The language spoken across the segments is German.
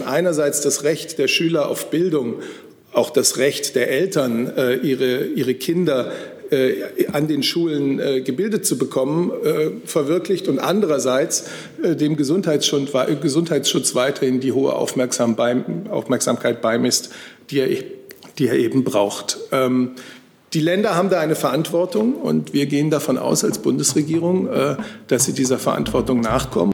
einerseits das Recht der Schüler auf Bildung, auch das Recht der Eltern, ihre Kinder an den Schulen gebildet zu bekommen, verwirklicht und andererseits dem Gesundheitsschutz weiterhin die hohe Aufmerksamkeit beimisst, die er eben braucht. Die Länder haben da eine Verantwortung und wir gehen davon aus als Bundesregierung, dass sie dieser Verantwortung nachkommen.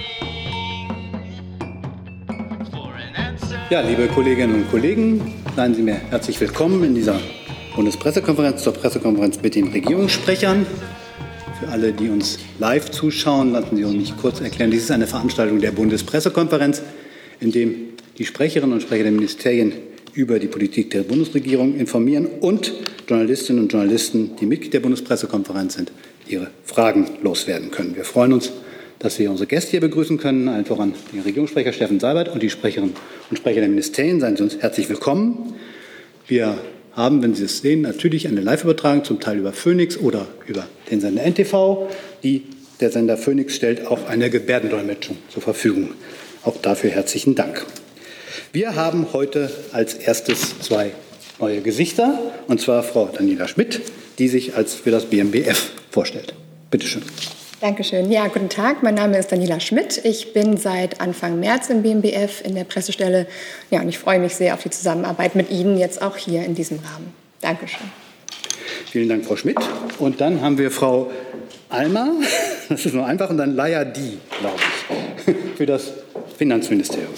Ja, liebe Kolleginnen und Kollegen, seien Sie mir herzlich willkommen in dieser Bundespressekonferenz, zur Pressekonferenz mit den Regierungssprechern. Für alle, die uns live zuschauen, lassen Sie uns mich kurz erklären. Dies ist eine Veranstaltung der Bundespressekonferenz, in der die Sprecherinnen und Sprecher der Ministerien über die Politik der Bundesregierung informieren und Journalistinnen und Journalisten, die Mitglied der Bundespressekonferenz sind, ihre Fragen loswerden können. Wir freuen uns, dass wir unsere Gäste hier begrüßen können, allen voran den Regierungssprecher Steffen Seibert und die Sprecherinnen und Sprecher der Ministerien. Seien Sie uns herzlich willkommen. Wir haben, wenn Sie es sehen, natürlich eine Live-Übertragung, zum Teil über Phoenix oder über den Sender NTV. Der Sender Phoenix stellt auch eine Gebärdendolmetschung zur Verfügung. Auch dafür herzlichen Dank. Wir haben heute als erstes zwei neue Gesichter, und zwar Frau Daniela Schmidt, die sich für das BMBF vorstellt. Bitte schön. Dankeschön. Ja, guten Tag. Mein Name ist Daniela Schmidt. Ich bin seit Anfang März im BMBF in der Pressestelle. Ja, und ich freue mich sehr auf die Zusammenarbeit mit Ihnen jetzt auch hier in diesem Rahmen. Dankeschön. Vielen Dank, Frau Schmidt. Und dann haben wir Frau Almer, das ist nur einfach, und dann Layadi, glaube ich, für das Finanzministerium.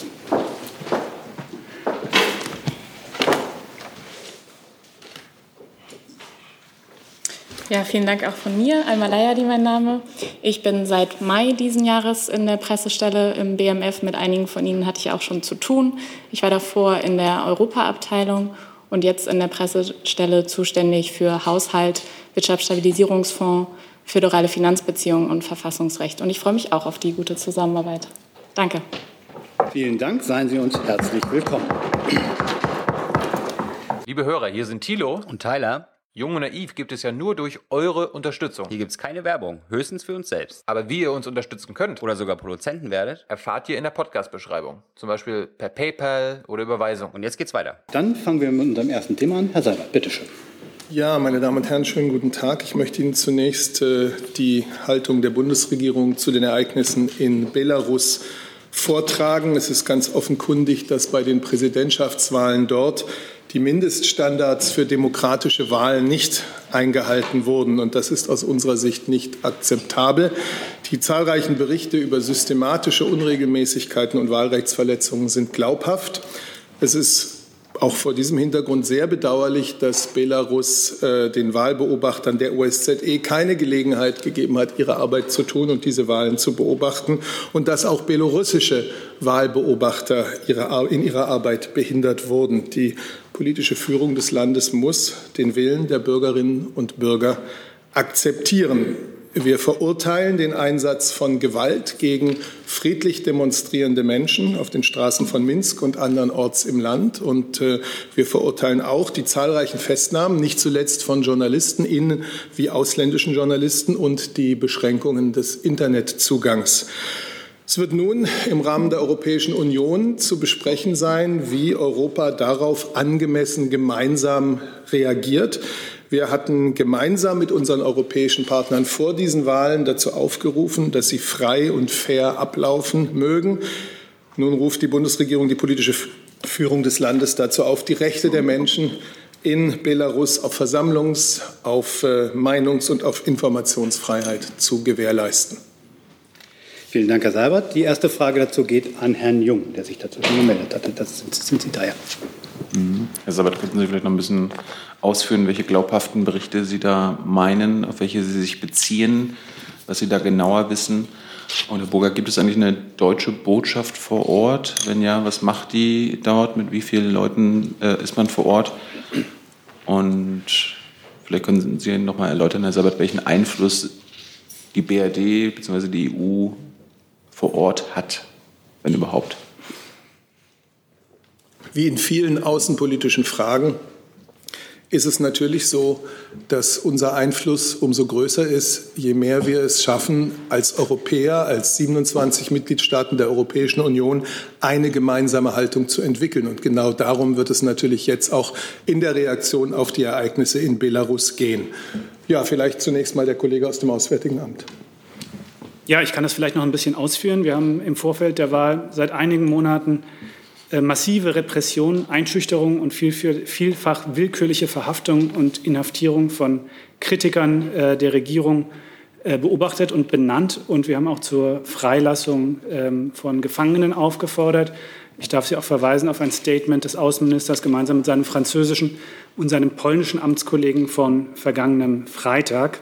Ja, vielen Dank auch von mir. Alma Layadi, mein Name. Ich bin seit Mai diesen Jahres in der Pressestelle im BMF. Mit einigen von Ihnen hatte ich auch schon zu tun. Ich war davor in der Europaabteilung und jetzt in der Pressestelle zuständig für Haushalt, Wirtschaftsstabilisierungsfonds, föderale Finanzbeziehungen und Verfassungsrecht. Und ich freue mich auch auf die gute Zusammenarbeit. Danke. Vielen Dank. Seien Sie uns herzlich willkommen. Liebe Hörer, hier sind Thilo und Tyler. Jung und Naiv gibt es ja nur durch eure Unterstützung. Hier gibt es keine Werbung, höchstens für uns selbst. Aber wie ihr uns unterstützen könnt oder sogar Produzenten werdet, erfahrt ihr in der Podcast-Beschreibung. Zum Beispiel per PayPal oder Überweisung. Und jetzt geht's weiter. Dann fangen wir mit unserem ersten Thema an. Herr Seibert, bitteschön. Ja, meine Damen und Herren, schönen guten Tag. Ich möchte Ihnen zunächst die Haltung der Bundesregierung zu den Ereignissen in Belarus vortragen. Es ist ganz offenkundig, dass bei den Präsidentschaftswahlen dort die Mindeststandards für demokratische Wahlen nicht eingehalten wurden. Und das ist aus unserer Sicht nicht akzeptabel. Die zahlreichen Berichte über systematische Unregelmäßigkeiten und Wahlrechtsverletzungen sind glaubhaft. Es ist auch vor diesem Hintergrund sehr bedauerlich, dass Belarus den Wahlbeobachtern der OSZE keine Gelegenheit gegeben hat, ihre Arbeit zu tun und diese Wahlen zu beobachten und dass auch belarussische Wahlbeobachter in ihrer Arbeit behindert wurden. Die politische Führung des Landes muss den Willen der Bürgerinnen und Bürger akzeptieren. Wir verurteilen den Einsatz von Gewalt gegen friedlich demonstrierende Menschen auf den Straßen von Minsk und andernorts im Land. Und wir verurteilen auch die zahlreichen Festnahmen, nicht zuletzt von Journalisten, innen wie ausländischen Journalisten, und die Beschränkungen des Internetzugangs. Es wird nun im Rahmen der Europäischen Union zu besprechen sein, wie Europa darauf angemessen gemeinsam reagiert. Wir hatten gemeinsam mit unseren europäischen Partnern vor diesen Wahlen dazu aufgerufen, dass sie frei und fair ablaufen mögen. Nun ruft die Bundesregierung die politische Führung des Landes dazu auf, die Rechte der Menschen in Belarus auf Versammlungs-, auf Meinungs- und auf Informationsfreiheit zu gewährleisten. Vielen Dank, Herr Seibert. Die erste Frage dazu geht an Herrn Jung, der sich dazu schon gemeldet hatte. Das sind Sie da, ja. Herr Seibert, könnten Sie vielleicht noch ein bisschen ausführen, welche glaubhaften Berichte Sie da meinen, auf welche Sie sich beziehen, was Sie da genauer wissen? Und Herr Burger, gibt es eigentlich eine deutsche Botschaft vor Ort? Wenn ja, was macht die dort? Mit wie vielen Leuten ist man vor Ort? Und vielleicht können Sie noch mal erläutern, Herr Seibert, welchen Einfluss die BRD bzw. die EU vor Ort hat, wenn überhaupt? Wie in vielen außenpolitischen Fragen ist es natürlich so, dass unser Einfluss umso größer ist, je mehr wir es schaffen, als Europäer, als 27 Mitgliedstaaten der Europäischen Union eine gemeinsame Haltung zu entwickeln. Und genau darum wird es natürlich jetzt auch in der Reaktion auf die Ereignisse in Belarus gehen. Ja, vielleicht zunächst mal der Kollege aus dem Auswärtigen Amt. Ja, ich kann das vielleicht noch ein bisschen ausführen. Wir haben im Vorfeld der Wahl seit einigen Monaten massive Repression, Einschüchterung und vielfach willkürliche Verhaftung und Inhaftierung von Kritikern der Regierung beobachtet und benannt. Und wir haben auch zur Freilassung von Gefangenen aufgefordert. Ich darf Sie auch verweisen auf ein Statement des Außenministers gemeinsam mit seinem französischen und seinem polnischen Amtskollegen von vergangenem Freitag.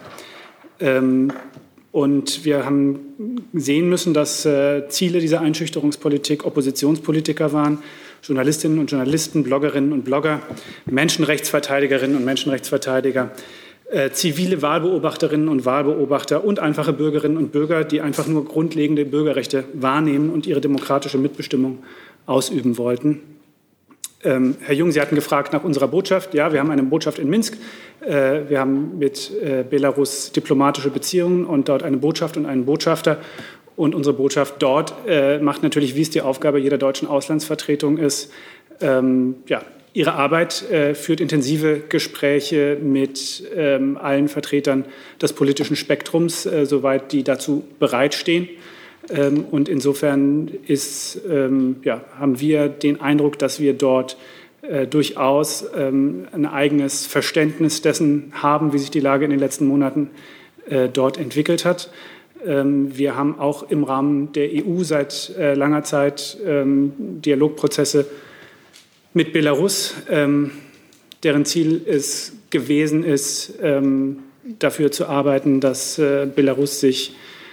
Und wir haben sehen müssen, dass Ziele dieser Einschüchterungspolitik Oppositionspolitiker waren, Journalistinnen und Journalisten, Bloggerinnen und Blogger, Menschenrechtsverteidigerinnen und Menschenrechtsverteidiger, zivile Wahlbeobachterinnen und Wahlbeobachter und einfache Bürgerinnen und Bürger, die einfach nur grundlegende Bürgerrechte wahrnehmen und ihre demokratische Mitbestimmung ausüben wollten. Herr Jung, Sie hatten gefragt nach unserer Botschaft. Ja, wir haben eine Botschaft in Minsk. Wir haben mit Belarus diplomatische Beziehungen und dort eine Botschaft und einen Botschafter. Und unsere Botschaft dort macht natürlich, wie es die Aufgabe jeder deutschen Auslandsvertretung ist, ihre Arbeit, führt intensive Gespräche mit allen Vertretern des politischen Spektrums, soweit die dazu bereitstehen. Und insofern haben wir den Eindruck, dass wir dort durchaus ein eigenes Verständnis dessen haben, wie sich die Lage in den letzten Monaten dort entwickelt hat. Wir haben auch im Rahmen der EU seit langer Zeit Dialogprozesse mit Belarus, deren Ziel es gewesen ist, dafür zu arbeiten, dass Belarus sich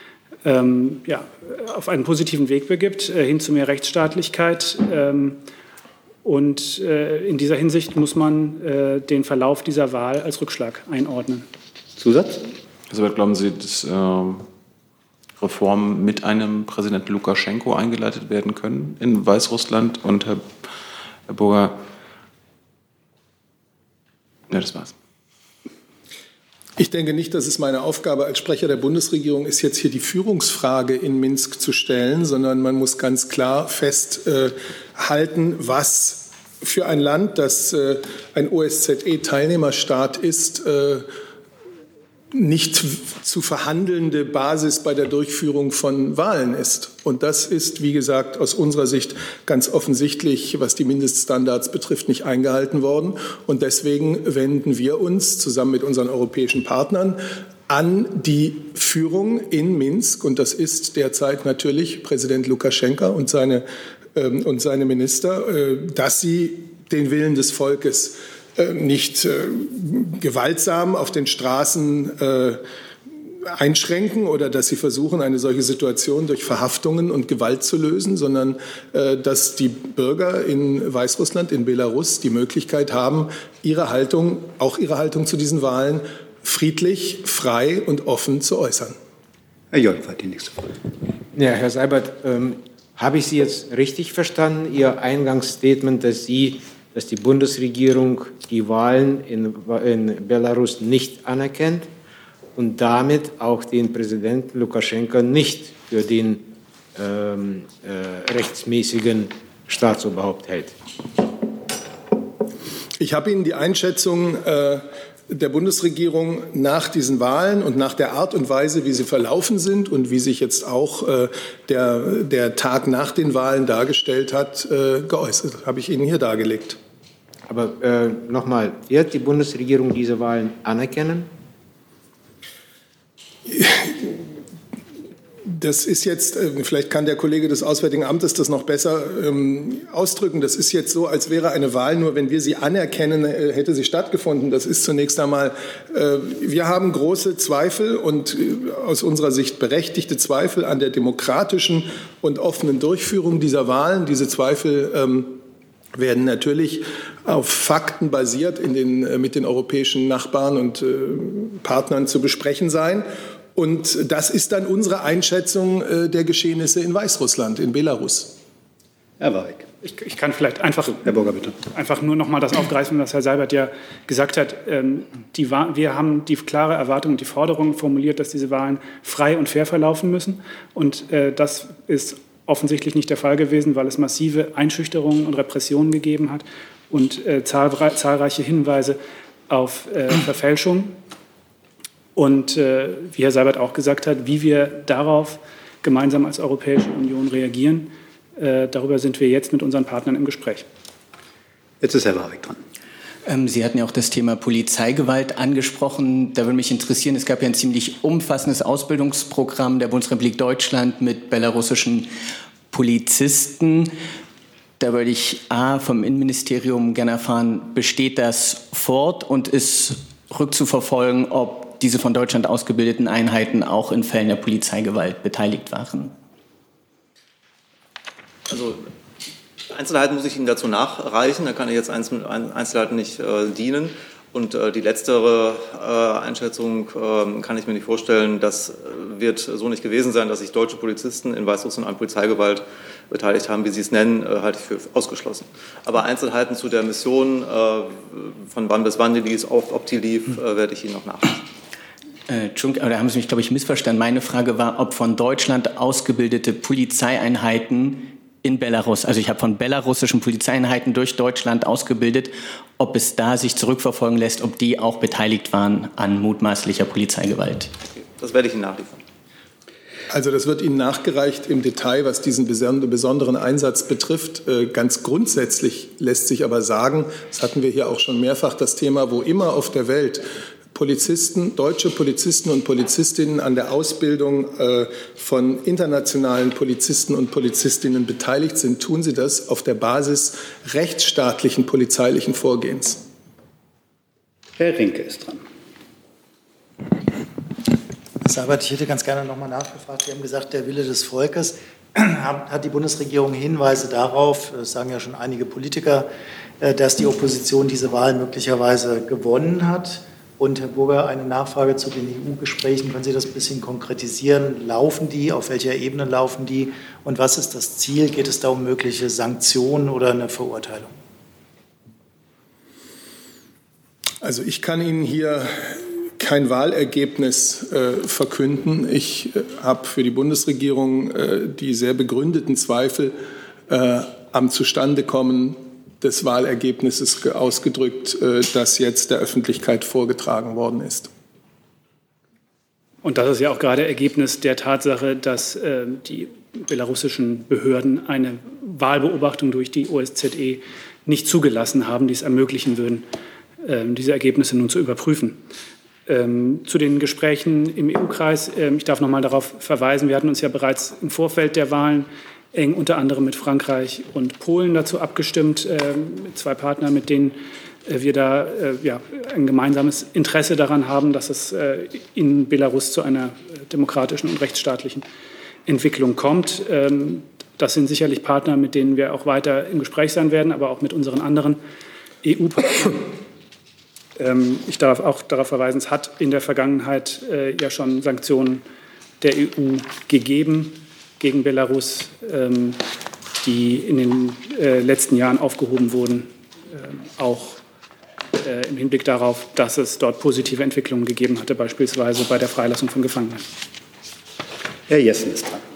auf einen positiven Weg begibt, hin zu mehr Rechtsstaatlichkeit. Und in dieser Hinsicht muss man den Verlauf dieser Wahl als Rückschlag einordnen. Zusatz? Also glauben Sie, dass Reformen mit einem Präsidenten Lukaschenko eingeleitet werden können in Weißrussland? Und Herr Burger, ja, das war's. Ich denke nicht, dass es meine Aufgabe als Sprecher der Bundesregierung ist, jetzt hier die Führungsfrage in Minsk zu stellen, sondern man muss ganz klar festhalten, was für ein Land, das ein OSZE-Teilnehmerstaat ist, nicht zu verhandelnde Basis bei der Durchführung von Wahlen ist. Und das ist, wie gesagt, aus unserer Sicht ganz offensichtlich, was die Mindeststandards betrifft, nicht eingehalten worden. Und deswegen wenden wir uns zusammen mit unseren europäischen Partnern an die Führung in Minsk. Und das ist derzeit natürlich Präsident Lukaschenka und seine Minister, dass sie den Willen des Volkes nicht gewaltsam auf den Straßen einschränken oder dass sie versuchen, eine solche Situation durch Verhaftungen und Gewalt zu lösen, sondern dass die Bürger in Weißrussland, in Belarus die Möglichkeit haben, ihre Haltung zu diesen Wahlen friedlich, frei und offen zu äußern. Herr Jolf hat die nächste Frage. Ja, Herr Seibert, habe ich Sie jetzt richtig verstanden, Ihr Eingangsstatement, dass die Bundesregierung die Wahlen in Belarus nicht anerkennt und damit auch den Präsidenten Lukaschenka nicht für den rechtsmäßigen Staatsoberhaupt hält? Ich habe Ihnen die Einschätzung der Bundesregierung nach diesen Wahlen und nach der Art und Weise, wie sie verlaufen sind und wie sich jetzt auch der Tag nach den Wahlen dargestellt hat, geäußert. Habe ich Ihnen hier dargelegt. Aber nochmal, wird die Bundesregierung diese Wahlen anerkennen? Das ist jetzt, vielleicht kann der Kollege des Auswärtigen Amtes das noch besser ausdrücken. Das ist jetzt so, als wäre eine Wahl nur, wenn wir sie anerkennen, hätte sie stattgefunden. Das ist zunächst einmal, wir haben große Zweifel und aus unserer Sicht berechtigte Zweifel an der demokratischen und offenen Durchführung dieser Wahlen. Diese Zweifel werden natürlich auf Fakten basiert mit den europäischen Nachbarn und Partnern zu besprechen sein. Und das ist dann unsere Einschätzung der Geschehnisse in Weißrussland, in Belarus. Herr Warwick. Ich kann vielleicht einfach, Herr Burger, bitte. Einfach nur noch mal das aufgreifen, was Herr Seibert ja gesagt hat. Wir haben die klare Erwartung und die Forderung formuliert, dass diese Wahlen frei und fair verlaufen müssen. Und das ist offensichtlich nicht der Fall gewesen, weil es massive Einschüchterungen und Repressionen gegeben hat und zahlreiche Hinweise auf Verfälschung. Und wie Herr Seibert auch gesagt hat, wie wir darauf gemeinsam als Europäische Union reagieren, darüber sind wir jetzt mit unseren Partnern im Gespräch. Jetzt ist Herr Warwick dran. Sie hatten ja auch das Thema Polizeigewalt angesprochen. Da würde mich interessieren, es gab ja ein ziemlich umfassendes Ausbildungsprogramm der Bundesrepublik Deutschland mit belarussischen Polizisten. Da würde ich vom Innenministerium gerne erfahren, besteht das fort und ist rückzuverfolgen, ob diese von Deutschland ausgebildeten Einheiten auch in Fällen der Polizeigewalt beteiligt waren? Also Einzelheiten muss ich Ihnen dazu nachreichen, da kann ich jetzt Einzelheiten nicht dienen. Und die letztere Einschätzung kann ich mir nicht vorstellen. Das wird so nicht gewesen sein, dass sich deutsche Polizisten in Weißrussland an Polizeigewalt beteiligt haben, wie Sie es nennen, halte ich für ausgeschlossen. Aber Einzelheiten zu der Mission, von wann bis wann die lief, ob die lief, werde ich Ihnen noch nachreichen. Entschuldigung, da haben Sie mich, glaube ich, missverstanden. Meine Frage war, ob von Deutschland ausgebildete Polizeieinheiten in Belarus, also ich habe von belarussischen Polizeieinheiten durch Deutschland ausgebildet, ob es da sich zurückverfolgen lässt, ob die auch beteiligt waren an mutmaßlicher Polizeigewalt. Das werde ich Ihnen nachliefern. Also das wird Ihnen nachgereicht im Detail, was diesen besonderen Einsatz betrifft. Ganz grundsätzlich lässt sich aber sagen, das hatten wir hier auch schon mehrfach, das Thema, wo immer auf der Welt deutsche Polizisten und Polizistinnen an der Ausbildung von internationalen Polizisten und Polizistinnen beteiligt sind, tun sie das auf der Basis rechtsstaatlichen polizeilichen Vorgehens. Herr Rinke ist dran. Herr Seibert, ich hätte ganz gerne noch mal nachgefragt. Sie haben gesagt, der Wille des Volkes. Hat die Bundesregierung Hinweise darauf, das sagen ja schon einige Politiker, dass die Opposition diese Wahl möglicherweise gewonnen hat? Und Herr Burger, eine Nachfrage zu den EU-Gesprächen. Können Sie das ein bisschen konkretisieren? Laufen die? Auf welcher Ebene laufen die? Und was ist das Ziel? Geht es da um mögliche Sanktionen oder eine Verurteilung? Also ich kann Ihnen hier kein Wahlergebnis verkünden. Ich habe für die Bundesregierung die sehr begründeten Zweifel am Zustandekommen des Wahlergebnisses ausgedrückt, das jetzt der Öffentlichkeit vorgetragen worden ist. Und das ist ja auch gerade Ergebnis der Tatsache, dass die belarussischen Behörden eine Wahlbeobachtung durch die OSZE nicht zugelassen haben, die es ermöglichen würden, diese Ergebnisse nun zu überprüfen. Zu den Gesprächen im EU-Kreis, ich darf noch mal darauf verweisen, wir hatten uns ja bereits im Vorfeld der Wahlen eng unter anderem mit Frankreich und Polen dazu abgestimmt, mit zwei Partnern, mit denen wir da ein gemeinsames Interesse daran haben, dass es in Belarus zu einer demokratischen und rechtsstaatlichen Entwicklung kommt. Das sind sicherlich Partner, mit denen wir auch weiter im Gespräch sein werden, aber auch mit unseren anderen EU-Partnern. Ich darf auch darauf verweisen, es hat in der Vergangenheit ja schon Sanktionen der EU gegeben gegen Belarus, die in den letzten Jahren aufgehoben wurden, auch im Hinblick darauf, dass es dort positive Entwicklungen gegeben hatte, beispielsweise bei der Freilassung von Gefangenen. Herr Jessen ist dran.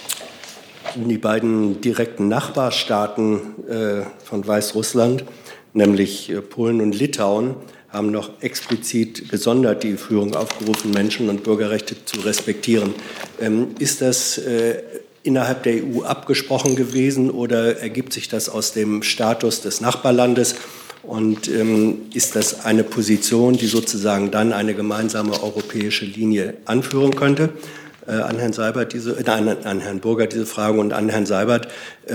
Die beiden direkten Nachbarstaaten von Weißrussland, nämlich Polen und Litauen, haben noch explizit gesondert die Führung aufgerufen, Menschen- und Bürgerrechte zu respektieren. Ist das innerhalb der EU abgesprochen gewesen oder ergibt sich das aus dem Status des Nachbarlandes? Und ist das eine Position, die sozusagen dann eine gemeinsame europäische Linie anführen könnte? An Herrn Seibert an Herrn Burger diese Frage und an Herrn Seibert.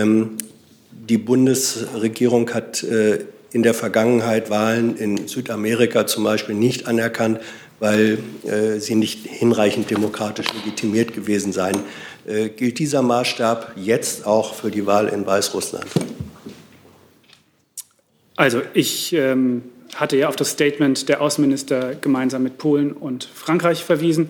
Die Bundesregierung hat in der Vergangenheit Wahlen in Südamerika zum Beispiel nicht anerkannt, weil sie nicht hinreichend demokratisch legitimiert gewesen seien. Gilt dieser Maßstab jetzt auch für die Wahl in Weißrussland? Also ich hatte ja auf das Statement der Außenminister gemeinsam mit Polen und Frankreich verwiesen.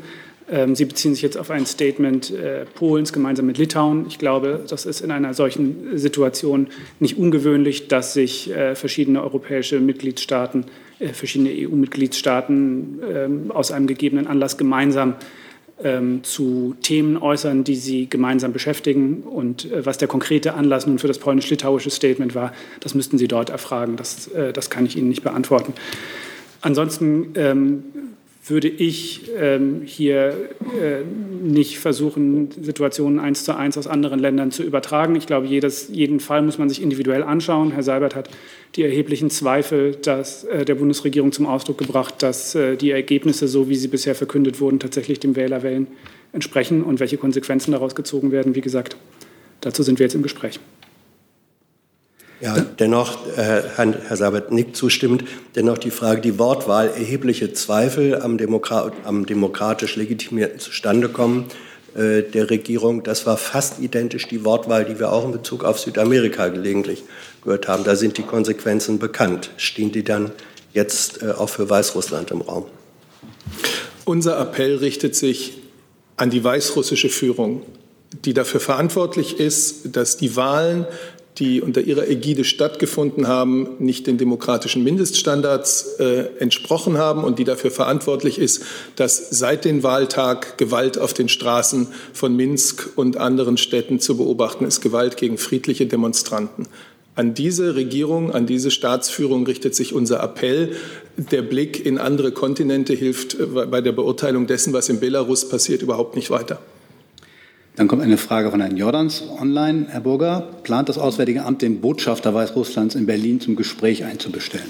Sie beziehen sich jetzt auf ein Statement Polens gemeinsam mit Litauen. Ich glaube, das ist in einer solchen Situation nicht ungewöhnlich, dass sich verschiedene europäische Mitgliedstaaten, verschiedene EU-Mitgliedstaaten aus einem gegebenen Anlass gemeinsam zu Themen äußern, die sie gemeinsam beschäftigen. Und was der konkrete Anlass nun für das polnisch-litauische Statement war, das müssten Sie dort erfragen. Das kann ich Ihnen nicht beantworten. Ansonsten würde ich hier nicht versuchen, Situationen 1:1 aus anderen Ländern zu übertragen. Ich glaube, jeden Fall muss man sich individuell anschauen. Herr Seibert hat die erheblichen Zweifel der Bundesregierung zum Ausdruck gebracht, dass die Ergebnisse, so wie sie bisher verkündet wurden, tatsächlich dem Wählerwillen entsprechen und welche Konsequenzen daraus gezogen werden. Wie gesagt, dazu sind wir jetzt im Gespräch. Ja, dennoch, Herr Seibert nickt zustimmend, dennoch die Frage, die Wortwahl, erhebliche Zweifel am demokratisch legitimierten Zustandekommen der Regierung, das war fast identisch die Wortwahl, die wir auch in Bezug auf Südamerika gelegentlich gehört haben. Da sind die Konsequenzen bekannt. Stehen die dann jetzt auch für Weißrussland im Raum? Unser Appell richtet sich an die weißrussische Führung, die dafür verantwortlich ist, dass die Wahlen, die unter ihrer Ägide stattgefunden haben, nicht den demokratischen Mindeststandards entsprochen haben und die dafür verantwortlich ist, dass seit dem Wahltag Gewalt auf den Straßen von Minsk und anderen Städten zu beobachten ist, Gewalt gegen friedliche Demonstranten. An diese Regierung, an diese Staatsführung richtet sich unser Appell. Der Blick in andere Kontinente hilft bei der Beurteilung dessen, was in Belarus passiert, überhaupt nicht weiter. Dann kommt eine Frage von Herrn Jordans online. Herr Burger, plant das Auswärtige Amt, den Botschafter Weißrusslands in Berlin zum Gespräch einzubestellen?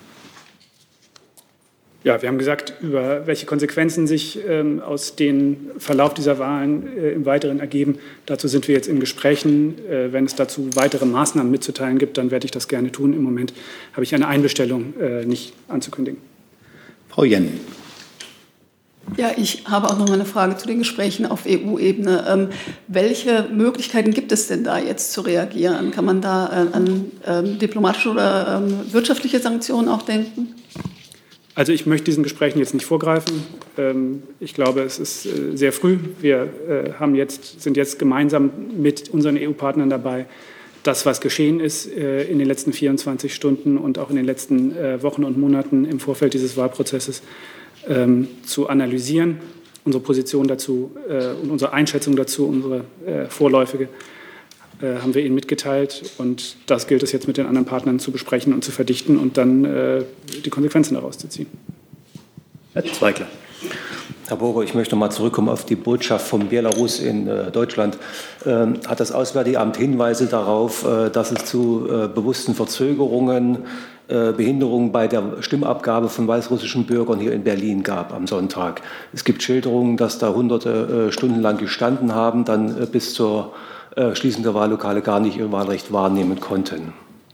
Ja, wir haben gesagt, über welche Konsequenzen sich aus dem Verlauf dieser Wahlen im Weiteren ergeben. Dazu sind wir jetzt in Gesprächen. Wenn es dazu weitere Maßnahmen mitzuteilen gibt, dann werde ich das gerne tun. Im Moment habe ich eine Einbestellung nicht anzukündigen. Frau Jenn. Ja, ich habe auch noch mal eine Frage zu den Gesprächen auf EU-Ebene. Welche Möglichkeiten gibt es denn da jetzt zu reagieren? Kann man da an diplomatische oder wirtschaftliche Sanktionen auch denken? Also ich möchte diesen Gesprächen jetzt nicht vorgreifen. Ich glaube, es ist sehr früh. Wir sind jetzt gemeinsam mit unseren EU-Partnern dabei, das, was geschehen ist in den letzten 24 Stunden und auch in den letzten Wochen und Monaten im Vorfeld dieses Wahlprozesses zu analysieren, unsere Position dazu und unsere Einschätzung dazu, unsere vorläufige, haben wir Ihnen mitgeteilt. Und das gilt es jetzt mit den anderen Partnern zu besprechen und zu verdichten und dann die Konsequenzen daraus zu ziehen. Herr Zweigler. Herr Burger, ich möchte mal zurückkommen auf die Botschaft von Belarus in Deutschland. Hat das Auswärtige Amt Hinweise darauf, dass es zu bewussten Verzögerungen, Behinderungen bei der Stimmabgabe von weißrussischen Bürgern hier in Berlin gab am Sonntag? Es gibt Schilderungen, dass da Hunderte stundenlang gestanden haben, dann bis zur Schließung der Wahllokale gar nicht ihr Wahlrecht wahrnehmen konnten.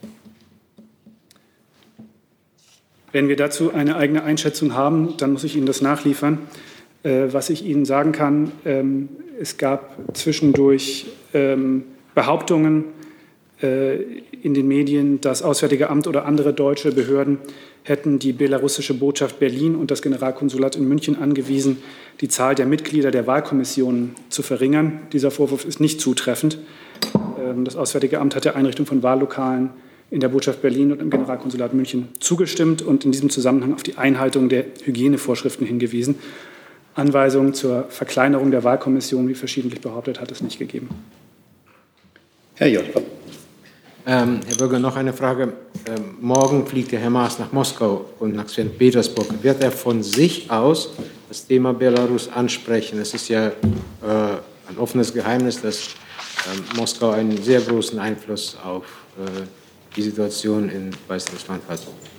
Wenn wir dazu eine eigene Einschätzung haben, dann muss ich Ihnen das nachliefern. Was ich Ihnen sagen kann, es gab zwischendurch Behauptungen in den Medien, das Auswärtige Amt oder andere deutsche Behörden hätten die belarussische Botschaft Berlin und das Generalkonsulat in München angewiesen, die Zahl der Mitglieder der Wahlkommissionen zu verringern. Dieser Vorwurf ist nicht zutreffend. Das Auswärtige Amt hat der Einrichtung von Wahllokalen in der Botschaft Berlin und im Generalkonsulat München zugestimmt und in diesem Zusammenhang auf die Einhaltung der Hygienevorschriften hingewiesen. Anweisungen zur Verkleinerung der Wahlkommission, wie verschiedentlich behauptet, hat es nicht gegeben. Herr Jodler. Herr Bürger, noch eine Frage. Morgen fliegt der Herr Maas nach Moskau und nach St. Petersburg. Wird er von sich aus das Thema Belarus ansprechen? Es ist ja ein offenes Geheimnis, dass Moskau einen sehr großen Einfluss auf die Situation in Weißrussland hat.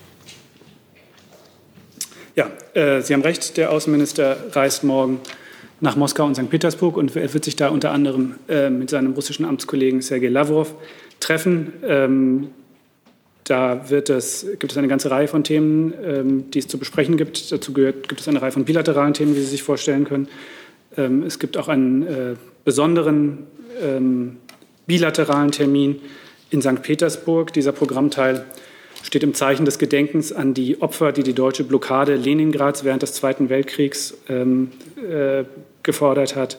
Ja, Sie haben recht. Der Außenminister reist morgen nach Moskau und St. Petersburg und er wird sich da unter anderem mit seinem russischen Amtskollegen Sergei Lavrov treffen. Da gibt es eine ganze Reihe von Themen, die es zu besprechen gibt. Dazu gibt es eine Reihe von bilateralen Themen, wie Sie sich vorstellen können. Es gibt auch einen besonderen bilateralen Termin in St. Petersburg. Dieser Programmteil steht im Zeichen des Gedenkens an die Opfer, die die deutsche Blockade Leningrads während des Zweiten Weltkriegs gefordert hat,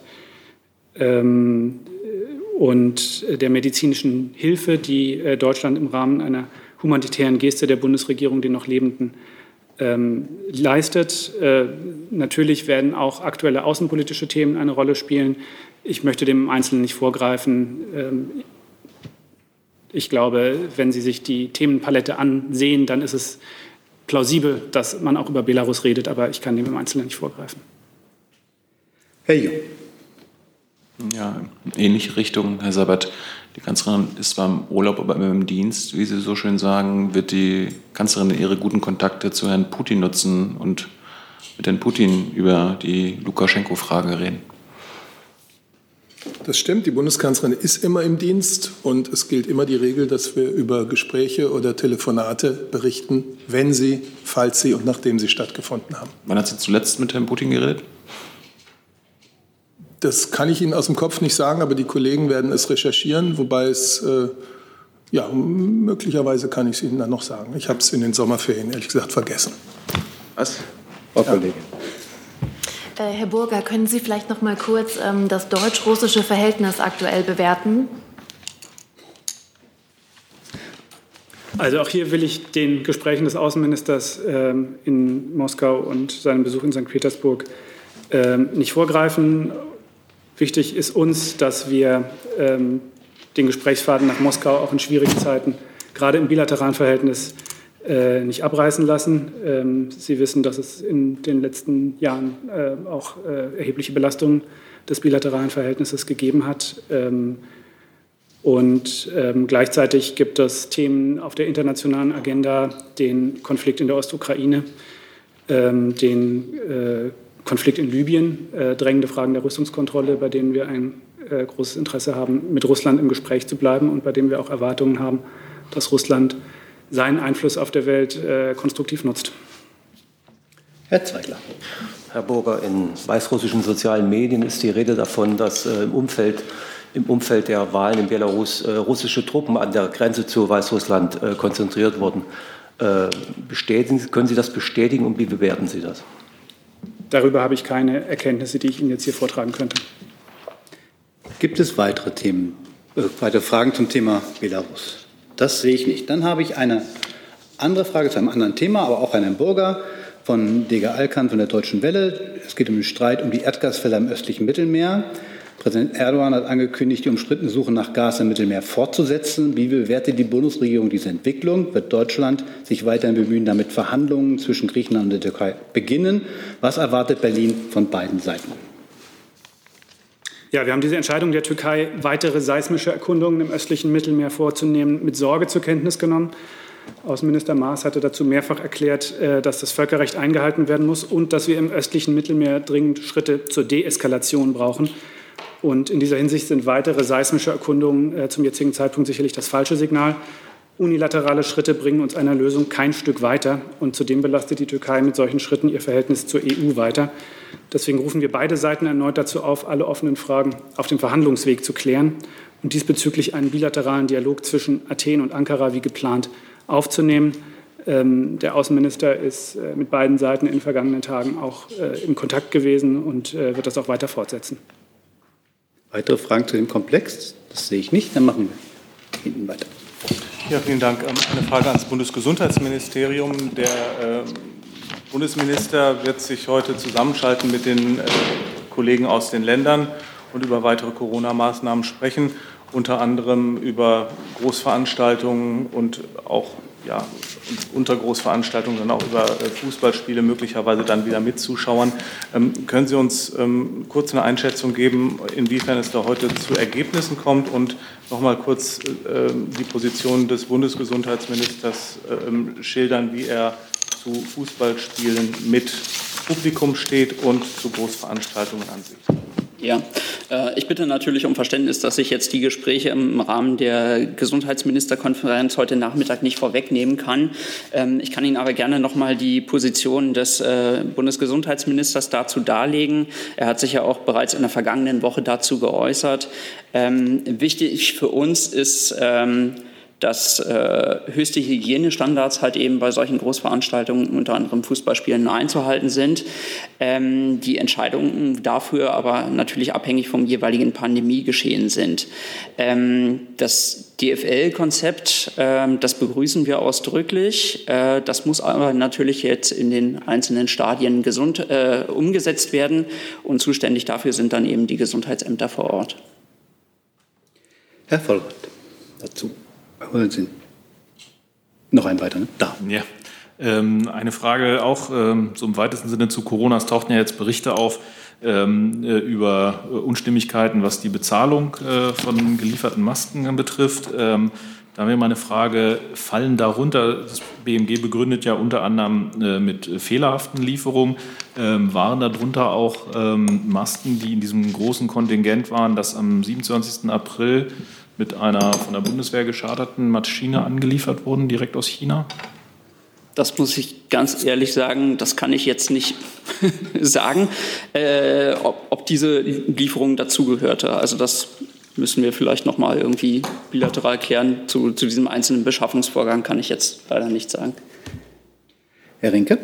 und der medizinischen Hilfe, die Deutschland im Rahmen einer humanitären Geste der Bundesregierung den noch Lebenden leistet. Natürlich werden auch aktuelle außenpolitische Themen eine Rolle spielen. Ich möchte dem im Einzelnen nicht vorgreifen. Ich glaube, wenn Sie sich die Themenpalette ansehen, dann ist es plausibel, dass man auch über Belarus redet, aber ich kann dem im Einzelnen nicht vorgreifen. Herr Jung. Ja, ähnliche Richtung, Herr Sabat. Die Kanzlerin ist zwar im Urlaub, aber immer im Dienst. Wie Sie so schön sagen, wird die Kanzlerin ihre guten Kontakte zu Herrn Putin nutzen und mit Herrn Putin über die Lukaschenko-Frage reden. Das stimmt, die Bundeskanzlerin ist immer im Dienst und es gilt immer die Regel, dass wir über Gespräche oder Telefonate berichten, wenn sie, falls sie und nachdem sie stattgefunden haben. Wann hat sie zuletzt mit Herrn Putin geredet? Das kann ich Ihnen aus dem Kopf nicht sagen, aber die Kollegen werden es recherchieren, wobei es, möglicherweise kann ich es Ihnen dann noch sagen. Ich habe es in den Sommerferien, ehrlich gesagt, vergessen. Was? Frau Kollegin. Herr Burger, können Sie vielleicht noch mal kurz das deutsch-russische Verhältnis aktuell bewerten? Also auch hier will ich den Gesprächen des Außenministers in Moskau und seinem Besuch in St. Petersburg nicht vorgreifen. Wichtig ist uns, dass wir den Gesprächsfaden nach Moskau auch in schwierigen Zeiten, gerade im bilateralen Verhältnis, nicht abreißen lassen. Sie wissen, dass es in den letzten Jahren auch erhebliche Belastungen des bilateralen Verhältnisses gegeben hat. Und gleichzeitig gibt es Themen auf der internationalen Agenda, den Konflikt in der Ostukraine, den Konflikt in Libyen, drängende Fragen der Rüstungskontrolle, bei denen wir ein großes Interesse haben, mit Russland im Gespräch zu bleiben und bei denen wir auch Erwartungen haben, dass Russland seinen Einfluss auf der Welt konstruktiv nutzt. Herr Zweigler. Herr Burger, in weißrussischen sozialen Medien ist die Rede davon, dass im Umfeld der Wahlen in Belarus russische Truppen an der Grenze zu Weißrussland konzentriert wurden. Können Sie das bestätigen und wie bewerten Sie das? Darüber habe ich keine Erkenntnisse, die ich Ihnen jetzt hier vortragen könnte. Gibt es weitere Fragen zum Thema Belarus? Das sehe ich nicht. Dann habe ich eine andere Frage zu einem anderen Thema, aber auch an Herrn Burger von Dega Alkan von der Deutschen Welle. Es geht um den Streit um die Erdgasfelder im östlichen Mittelmeer. Präsident Erdogan hat angekündigt, die umstrittene Suche nach Gas im Mittelmeer fortzusetzen. Wie bewertet die Bundesregierung diese Entwicklung? Wird Deutschland sich weiterhin bemühen, damit Verhandlungen zwischen Griechenland und der Türkei beginnen? Was erwartet Berlin von beiden Seiten? Ja, wir haben diese Entscheidung der Türkei, weitere seismische Erkundungen im östlichen Mittelmeer vorzunehmen, mit Sorge zur Kenntnis genommen. Außenminister Maas hatte dazu mehrfach erklärt, dass das Völkerrecht eingehalten werden muss und dass wir im östlichen Mittelmeer dringend Schritte zur Deeskalation brauchen. Und in dieser Hinsicht sind weitere seismische Erkundungen zum jetzigen Zeitpunkt sicherlich das falsche Signal. Unilaterale Schritte bringen uns einer Lösung kein Stück weiter. Und zudem belastet die Türkei mit solchen Schritten ihr Verhältnis zur EU weiter. Deswegen rufen wir beide Seiten erneut dazu auf, alle offenen Fragen auf dem Verhandlungsweg zu klären und diesbezüglich einen bilateralen Dialog zwischen Athen und Ankara wie geplant aufzunehmen. Der Außenminister ist mit beiden Seiten in den vergangenen Tagen auch in Kontakt gewesen und wird das auch weiter fortsetzen. Weitere Fragen zu dem Komplex? Das sehe ich nicht. Dann machen wir hinten weiter. Ja, vielen Dank. Eine Frage ans Bundesgesundheitsministerium. Der Bundesminister wird sich heute zusammenschalten mit den Kollegen aus den Ländern und über weitere Corona-Maßnahmen sprechen, unter anderem über Großveranstaltungen und auch unter Großveranstaltungen dann auch über Fußballspiele, möglicherweise dann wieder mit Zuschauern. Können Sie uns kurz eine Einschätzung geben, inwiefern es da heute zu Ergebnissen kommt und noch mal kurz die Position des Bundesgesundheitsministers schildern, wie er zu Fußballspielen mit Publikum steht und zu Großveranstaltungen an sich? Ja, ich bitte natürlich um Verständnis, dass ich jetzt die Gespräche im Rahmen der Gesundheitsministerkonferenz heute Nachmittag nicht vorwegnehmen kann. Ich kann Ihnen aber gerne noch mal die Position des Bundesgesundheitsministers dazu darlegen. Er hat sich ja auch bereits in der vergangenen Woche dazu geäußert. Wichtig für uns ist, dass höchste Hygienestandards halt eben bei solchen Großveranstaltungen, unter anderem Fußballspielen, einzuhalten sind. Die Entscheidungen dafür aber natürlich abhängig vom jeweiligen Pandemiegeschehen sind. Das DFL-Konzept, das begrüßen wir ausdrücklich. Das muss aber natürlich jetzt in den einzelnen Stadien umgesetzt werden und zuständig dafür sind dann eben die Gesundheitsämter vor Ort. Herr Vollrath, dazu. Noch ein weiter, ne? Da. Ja. Eine Frage auch so im weitesten Sinne zu Corona. Es tauchten ja jetzt Berichte auf über Unstimmigkeiten, was die Bezahlung von gelieferten Masken betrifft. Da wäre meine Frage, fallen darunter, das BMG begründet ja unter anderem mit fehlerhaften Lieferungen, waren darunter auch Masken, die in diesem großen Kontingent waren, das am 27. April mit einer von der Bundeswehr gescharterten Maschine angeliefert wurden, direkt aus China? Das muss ich ganz ehrlich sagen, das kann ich jetzt nicht sagen, ob diese Lieferung dazugehörte. Also das müssen wir vielleicht noch mal irgendwie bilateral klären. Zu diesem einzelnen Beschaffungsvorgang kann ich jetzt leider nichts sagen. Herr Rinke?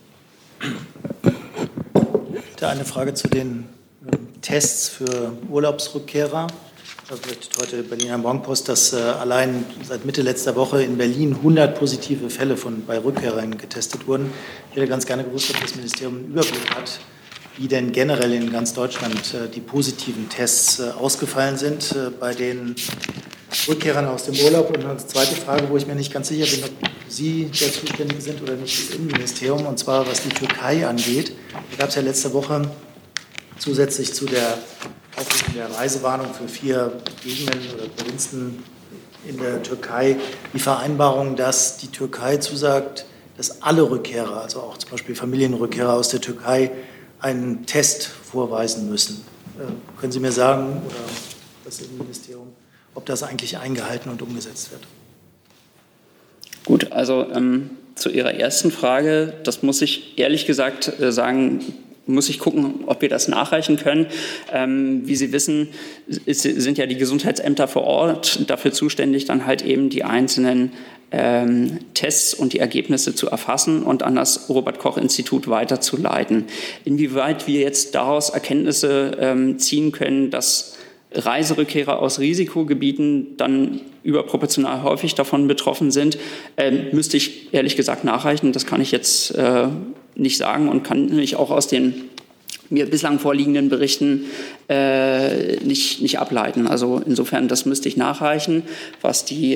Bitte eine Frage zu den Tests für Urlaubsrückkehrer. Da wird heute Berliner Morgenpost, dass allein seit Mitte letzter Woche in Berlin 100 positive Fälle bei Rückkehrern getestet wurden. Ich hätte ganz gerne gewusst, ob das Ministerium einen Überblick hat, wie denn generell in ganz Deutschland die positiven Tests ausgefallen sind bei den Rückkehrern aus dem Urlaub. Und eine zweite Frage, wo ich mir nicht ganz sicher bin, ob Sie der Zuständige sind oder nicht, das Innenministerium, und zwar was die Türkei angeht. Da gab es ja letzte Woche zusätzlich zu der Aufrufung der Reisewarnung für 4 Gegenden oder Provinzen in der Türkei die Vereinbarung, dass die Türkei zusagt, dass alle Rückkehrer, also auch zum Beispiel Familienrückkehrer aus der Türkei, einen Test vorweisen müssen. Können Sie mir sagen, oder das Innenministerium, ob das eigentlich eingehalten und umgesetzt wird? Gut, also zu Ihrer ersten Frage, das muss ich ehrlich gesagt sagen, muss ich gucken, ob wir das nachreichen können. Wie Sie wissen, sind ja die Gesundheitsämter vor Ort dafür zuständig, dann halt eben die einzelnen Tests und die Ergebnisse zu erfassen und an das Robert-Koch-Institut weiterzuleiten. Inwieweit wir jetzt daraus Erkenntnisse ziehen können, dass Reiserückkehrer aus Risikogebieten dann überproportional häufig davon betroffen sind, müsste ich ehrlich gesagt nachreichen. Das kann ich jetzt nicht sagen und kann mich auch aus den mir bislang vorliegenden Berichten nicht ableiten. Also insofern, das müsste ich nachreichen, was die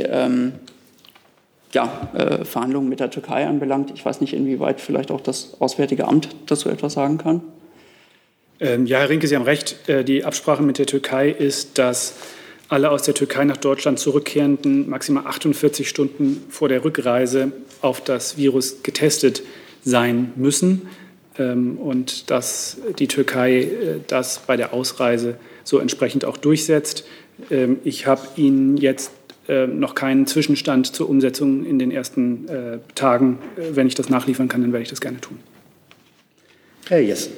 Verhandlungen mit der Türkei anbelangt. Ich weiß nicht, inwieweit vielleicht auch das Auswärtige Amt dazu etwas sagen kann. Ja, Herr Rinke, Sie haben recht. Die Absprache mit der Türkei ist, dass alle aus der Türkei nach Deutschland zurückkehrenden maximal 48 Stunden vor der Rückreise auf das Virus getestet sein müssen und dass die Türkei das bei der Ausreise so entsprechend auch durchsetzt. Ich habe Ihnen jetzt noch keinen Zwischenstand zur Umsetzung in den ersten Tagen. Wenn ich das nachliefern kann, dann werde ich das gerne tun. Herr Jessen.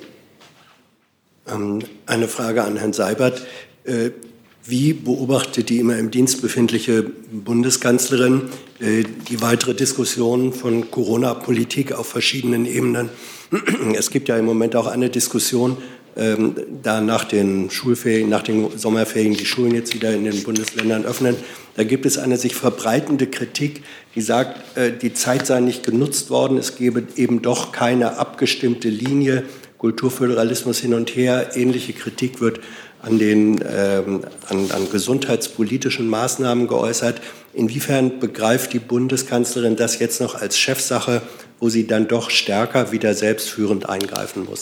Eine Frage an Herrn Seibert. Wie beobachtet die immer im Dienst befindliche Bundeskanzlerin die weitere Diskussion von Corona-Politik auf verschiedenen Ebenen? Es gibt ja im Moment auch eine Diskussion, da nach den Schulferien, nach den Sommerferien die Schulen jetzt wieder in den Bundesländern öffnen. Da gibt es eine sich verbreitende Kritik, die sagt, die Zeit sei nicht genutzt worden, es gebe eben doch keine abgestimmte Linie, Kulturföderalismus hin und her. Ähnliche Kritik wird an gesundheitspolitischen Maßnahmen geäußert. Inwiefern begreift die Bundeskanzlerin das jetzt noch als Chefsache, wo sie dann doch stärker wieder selbstführend eingreifen muss?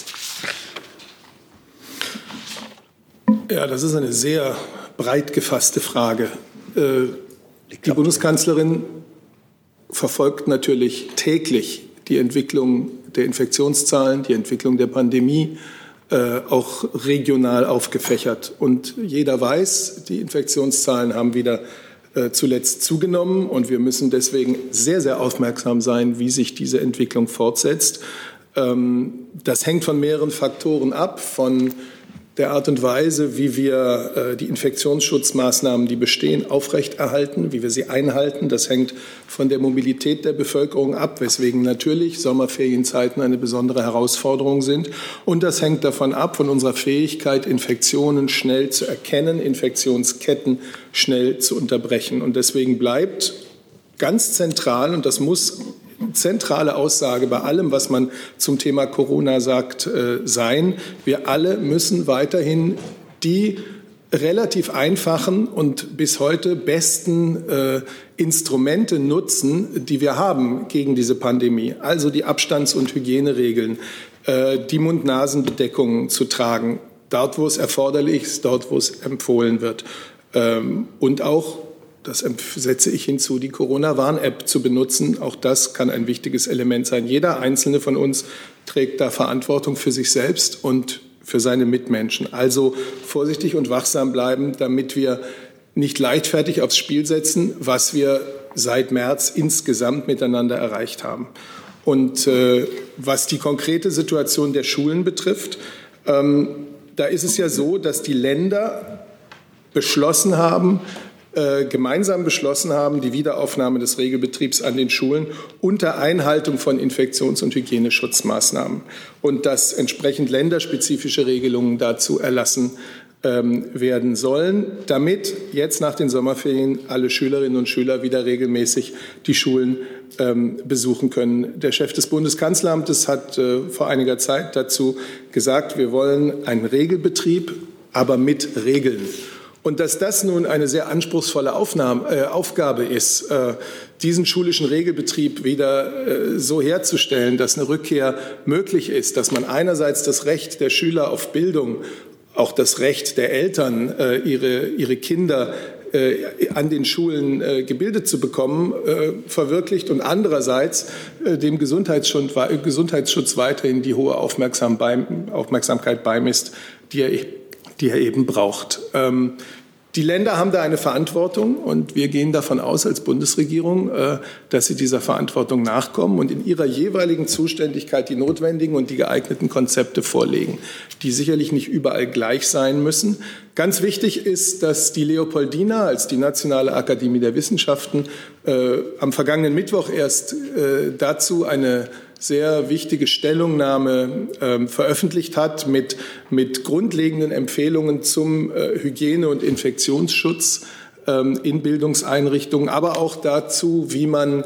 Ja, das ist eine sehr breit gefasste Frage. Die Bundeskanzlerin verfolgt natürlich täglich die Entwicklung der Infektionszahlen, die Entwicklung der Pandemie, auch regional aufgefächert. Und jeder weiß, die Infektionszahlen haben wieder zuletzt zugenommen und wir müssen deswegen sehr, sehr aufmerksam sein, wie sich diese Entwicklung fortsetzt. Das hängt von mehreren Faktoren ab, von der Art und Weise, wie wir die Infektionsschutzmaßnahmen, die bestehen, aufrechterhalten, wie wir sie einhalten. Das hängt von der Mobilität der Bevölkerung ab, weswegen natürlich Sommerferienzeiten eine besondere Herausforderung sind. Und das hängt davon ab, von unserer Fähigkeit, Infektionen schnell zu erkennen, Infektionsketten schnell zu unterbrechen. Und deswegen bleibt ganz zentral, und das muss zentrale Aussage bei allem, was man zum Thema Corona sagt, sein. Wir alle müssen weiterhin die relativ einfachen und bis heute besten Instrumente nutzen, die wir haben gegen diese Pandemie. Also die Abstands- und Hygieneregeln, die Mund-Nasen-Bedeckungen zu tragen, dort, wo es erforderlich ist, dort, wo es empfohlen wird. Und auch, das setze ich hinzu, die Corona-Warn-App zu benutzen. Auch das kann ein wichtiges Element sein. Jeder Einzelne von uns trägt da Verantwortung für sich selbst und für seine Mitmenschen. Also vorsichtig und wachsam bleiben, damit wir nicht leichtfertig aufs Spiel setzen, was wir seit März insgesamt miteinander erreicht haben. Und was die konkrete Situation der Schulen betrifft, da ist es ja so, dass die Länder gemeinsam beschlossen haben, die Wiederaufnahme des Regelbetriebs an den Schulen unter Einhaltung von Infektions- und Hygieneschutzmaßnahmen und dass entsprechend länderspezifische Regelungen dazu erlassen werden sollen, damit jetzt nach den Sommerferien alle Schülerinnen und Schüler wieder regelmäßig die Schulen besuchen können. Der Chef des Bundeskanzleramtes hat vor einiger Zeit dazu gesagt, wir wollen einen Regelbetrieb, aber mit Regeln. Und dass das nun eine sehr anspruchsvolle Aufgabe ist, diesen schulischen Regelbetrieb wieder so herzustellen, dass eine Rückkehr möglich ist, dass man einerseits das Recht der Schüler auf Bildung, auch das Recht der Eltern, ihre Kinder an den Schulen gebildet zu bekommen, verwirklicht und andererseits dem Gesundheitsschutz weiterhin die hohe Aufmerksamkeit beimisst, die er eben braucht. Die Länder haben da eine Verantwortung und wir gehen davon aus als Bundesregierung, dass sie dieser Verantwortung nachkommen und in ihrer jeweiligen Zuständigkeit die notwendigen und die geeigneten Konzepte vorlegen, die sicherlich nicht überall gleich sein müssen. Ganz wichtig ist, dass die Leopoldina als die Nationale Akademie der Wissenschaften am vergangenen Mittwoch erst dazu eine sehr wichtige Stellungnahme veröffentlicht hat mit grundlegenden Empfehlungen zum Hygiene- und Infektionsschutz in Bildungseinrichtungen, aber auch dazu, wie man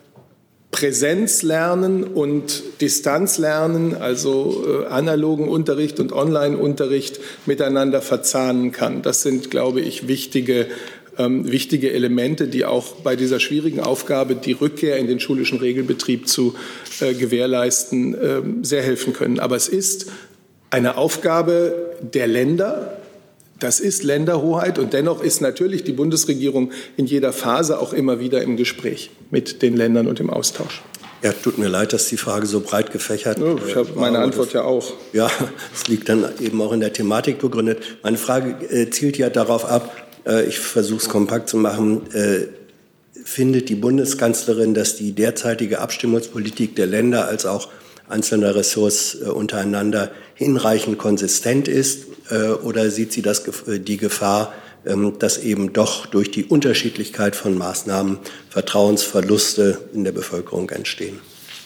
Präsenzlernen und Distanzlernen, also analogen Unterricht und Online-Unterricht miteinander verzahnen kann. Das sind, glaube ich, wichtige Elemente, die auch bei dieser schwierigen Aufgabe, die Rückkehr in den schulischen Regelbetrieb zu gewährleisten, sehr helfen können. Aber es ist eine Aufgabe der Länder. Das ist Länderhoheit und dennoch ist natürlich die Bundesregierung in jeder Phase auch immer wieder im Gespräch mit den Ländern und im Austausch. Ja, tut mir leid, dass die Frage so breit gefächert ist. Ich habe meine Antwort ja auch. Ja, es liegt dann eben auch in der Thematik begründet. Meine Frage zielt ja darauf ab, ich versuche es kompakt zu machen, findet die Bundeskanzlerin, dass die derzeitige Abstimmungspolitik der Länder als auch einzelner Ressorts untereinander hinreichend konsistent ist? Oder sieht sie die Gefahr, dass eben doch durch die Unterschiedlichkeit von Maßnahmen Vertrauensverluste in der Bevölkerung entstehen?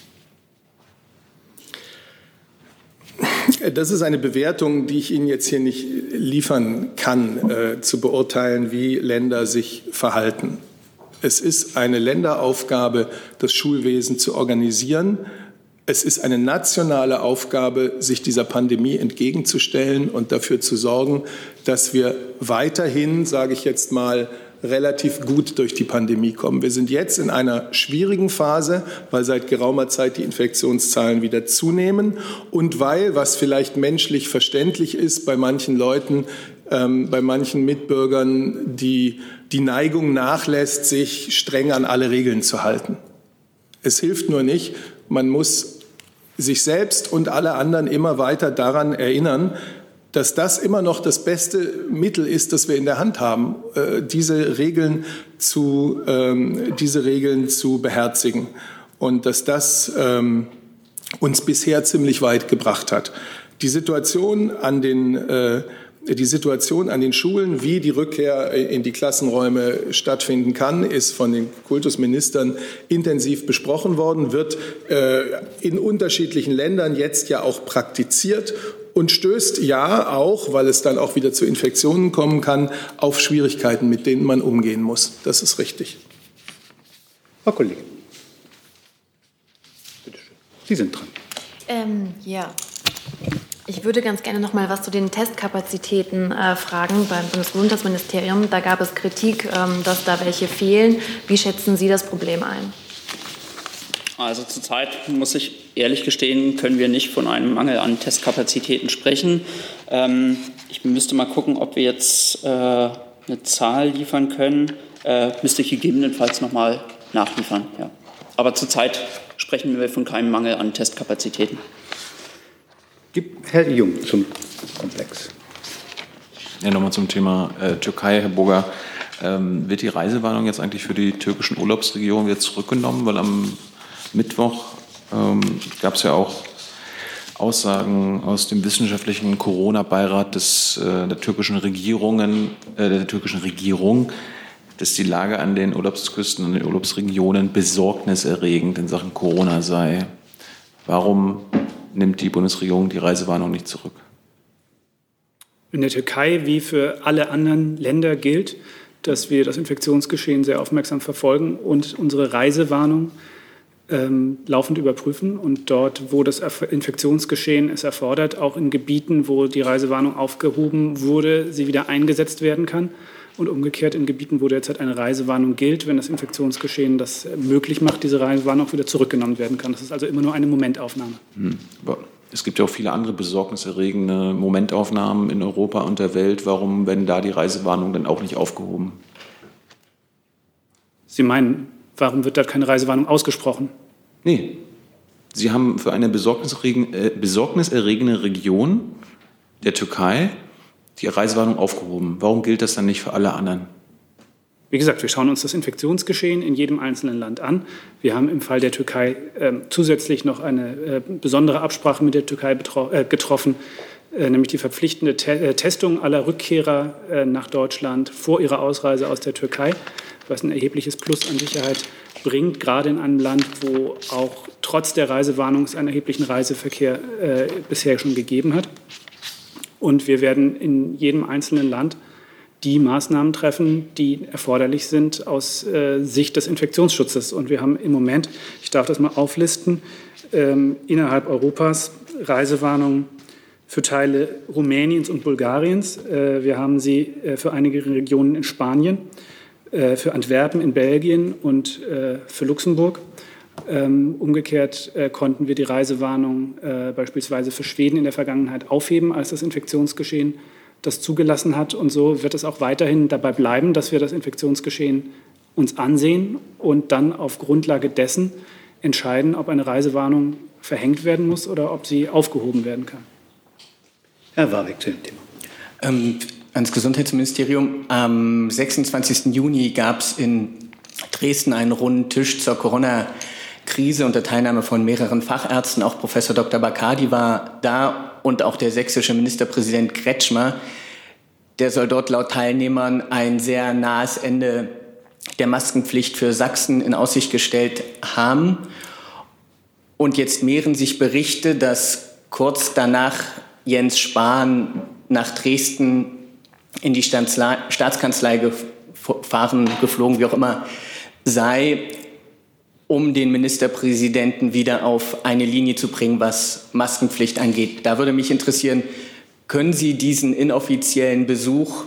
Das ist eine Bewertung, die ich Ihnen jetzt hier nicht liefern kann, zu beurteilen, wie Länder sich verhalten. Es ist eine Länderaufgabe, das Schulwesen zu organisieren. Es ist eine nationale Aufgabe, sich dieser Pandemie entgegenzustellen und dafür zu sorgen, dass wir weiterhin, sage ich jetzt mal, relativ gut durch die Pandemie kommen. Wir sind jetzt in einer schwierigen Phase, weil seit geraumer Zeit die Infektionszahlen wieder zunehmen und weil, was vielleicht menschlich verständlich ist, bei manchen Leuten, bei manchen Mitbürgern die Neigung nachlässt, sich streng an alle Regeln zu halten. Es hilft nur nicht, man muss sich selbst und alle anderen immer weiter daran erinnern, dass das immer noch das beste Mittel ist, das wir in der Hand haben, diese Regeln zu beherzigen. Und dass das uns bisher ziemlich weit gebracht hat. Die Situation an den Schulen, wie die Rückkehr in die Klassenräume stattfinden kann, ist von den Kultusministern intensiv besprochen worden, wird in unterschiedlichen Ländern jetzt ja auch praktiziert und stößt ja auch, weil es dann auch wieder zu Infektionen kommen kann, auf Schwierigkeiten, mit denen man umgehen muss. Das ist richtig. Frau Kollegin, bitte schön. Sie sind dran. Ja. Ich würde ganz gerne noch mal was zu den Testkapazitäten fragen beim Bundesgesundheitsministerium. Da gab es Kritik, dass da welche fehlen. Wie schätzen Sie das Problem ein? Also zurzeit, muss ich ehrlich gestehen, können wir nicht von einem Mangel an Testkapazitäten sprechen. Ich müsste mal gucken, ob wir jetzt eine Zahl liefern können. Müsste ich gegebenenfalls noch mal nachliefern. Ja. Aber zurzeit sprechen wir von keinem Mangel an Testkapazitäten. Herr Jung zum Komplex. Ja, nochmal zum Thema Türkei, Herr Burger. Wird die Reisewarnung jetzt eigentlich für die türkischen Urlaubsregionen wieder zurückgenommen? Weil am Mittwoch gab es ja auch Aussagen aus dem wissenschaftlichen Corona-Beirat der türkischen Regierung, dass die Lage an den Urlaubsküsten und den Urlaubsregionen besorgniserregend in Sachen Corona sei. Warum nimmt die Bundesregierung die Reisewarnung nicht zurück? In der Türkei wie für alle anderen Länder gilt, dass wir das Infektionsgeschehen sehr aufmerksam verfolgen und unsere Reisewarnung laufend überprüfen. Und dort, wo das Infektionsgeschehen es erfordert, auch in Gebieten, wo die Reisewarnung aufgehoben wurde, sie wieder eingesetzt werden kann. Und umgekehrt in Gebieten, wo derzeit eine Reisewarnung gilt, wenn das Infektionsgeschehen das möglich macht, diese Reisewarnung auch wieder zurückgenommen werden kann. Das ist also immer nur eine Momentaufnahme. Aber es gibt ja auch viele andere besorgniserregende Momentaufnahmen in Europa und der Welt. Warum werden da die Reisewarnungen dann auch nicht aufgehoben? Sie meinen, warum wird da keine Reisewarnung ausgesprochen? Nee. Sie haben für eine besorgniserregende Region der Türkei die Reisewarnung aufgehoben. Warum gilt das dann nicht für alle anderen? Wie gesagt, wir schauen uns das Infektionsgeschehen in jedem einzelnen Land an. Wir haben im Fall der Türkei zusätzlich noch eine besondere Absprache mit der Türkei getroffen, nämlich die verpflichtende Testung aller Rückkehrer nach Deutschland vor ihrer Ausreise aus der Türkei, was ein erhebliches Plus an Sicherheit bringt, gerade in einem Land, wo auch trotz der Reisewarnung es einen erheblichen Reiseverkehr bisher schon gegeben hat. Und wir werden in jedem einzelnen Land die Maßnahmen treffen, die erforderlich sind aus Sicht des Infektionsschutzes. Und wir haben im Moment, ich darf das mal auflisten, innerhalb Europas Reisewarnungen für Teile Rumäniens und Bulgariens. Wir haben sie für einige Regionen in Spanien, für Antwerpen in Belgien und für Luxemburg. Umgekehrt konnten wir die Reisewarnung beispielsweise für Schweden in der Vergangenheit aufheben, als das Infektionsgeschehen das zugelassen hat. Und so wird es auch weiterhin dabei bleiben, dass wir das Infektionsgeschehen uns ansehen und dann auf Grundlage dessen entscheiden, ob eine Reisewarnung verhängt werden muss oder ob sie aufgehoben werden kann. Herr Warwick zu dem Thema. Ans Gesundheitsministerium. Am 26. Juni gab es in Dresden einen runden Tisch zur Corona-Krise unter Teilnahme von mehreren Fachärzten. Auch Professor Dr. Bacardi war da und auch der sächsische Ministerpräsident Kretschmer. Der soll dort laut Teilnehmern ein sehr nahes Ende der Maskenpflicht für Sachsen in Aussicht gestellt haben. Und jetzt mehren sich Berichte, dass kurz danach Jens Spahn nach Dresden in die Staatskanzlei geflogen, wie auch immer sei, um den Ministerpräsidenten wieder auf eine Linie zu bringen, was Maskenpflicht angeht. Da würde mich interessieren, können Sie diesen inoffiziellen Besuch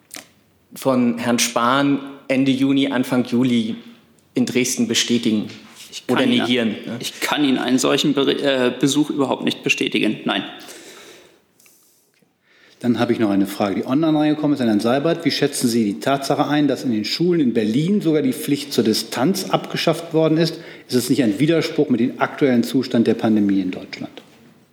von Herrn Spahn Ende Juni, Anfang Juli in Dresden bestätigen oder negieren? Ich kann Ihnen einen solchen Besuch überhaupt nicht bestätigen, nein. Dann habe ich noch eine Frage, die online reingekommen ist an Herrn Seibert. Wie schätzen Sie die Tatsache ein, dass in den Schulen in Berlin sogar die Pflicht zur Distanz abgeschafft worden ist? Ist es nicht ein Widerspruch mit dem aktuellen Zustand der Pandemie in Deutschland?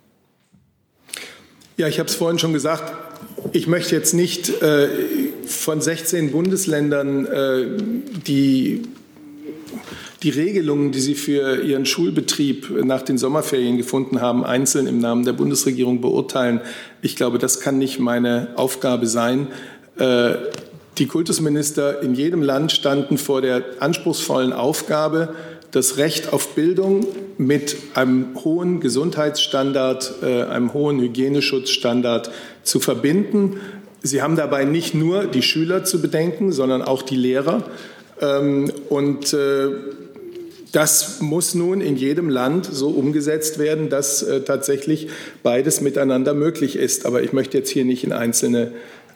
Ja, ich habe es vorhin schon gesagt. Ich möchte jetzt nicht von 16 Bundesländern die Regelungen, die Sie für Ihren Schulbetrieb nach den Sommerferien gefunden haben, einzeln im Namen der Bundesregierung beurteilen. Ich glaube, das kann nicht meine Aufgabe sein. Die Kultusminister in jedem Land standen vor der anspruchsvollen Aufgabe, das Recht auf Bildung mit einem hohen Gesundheitsstandard, einem hohen Hygieneschutzstandard zu verbinden. Sie haben dabei nicht nur die Schüler zu bedenken, sondern auch die Lehrer. Und das muss nun in jedem Land so umgesetzt werden, dass tatsächlich beides miteinander möglich ist. Aber ich möchte jetzt hier nicht in einzelne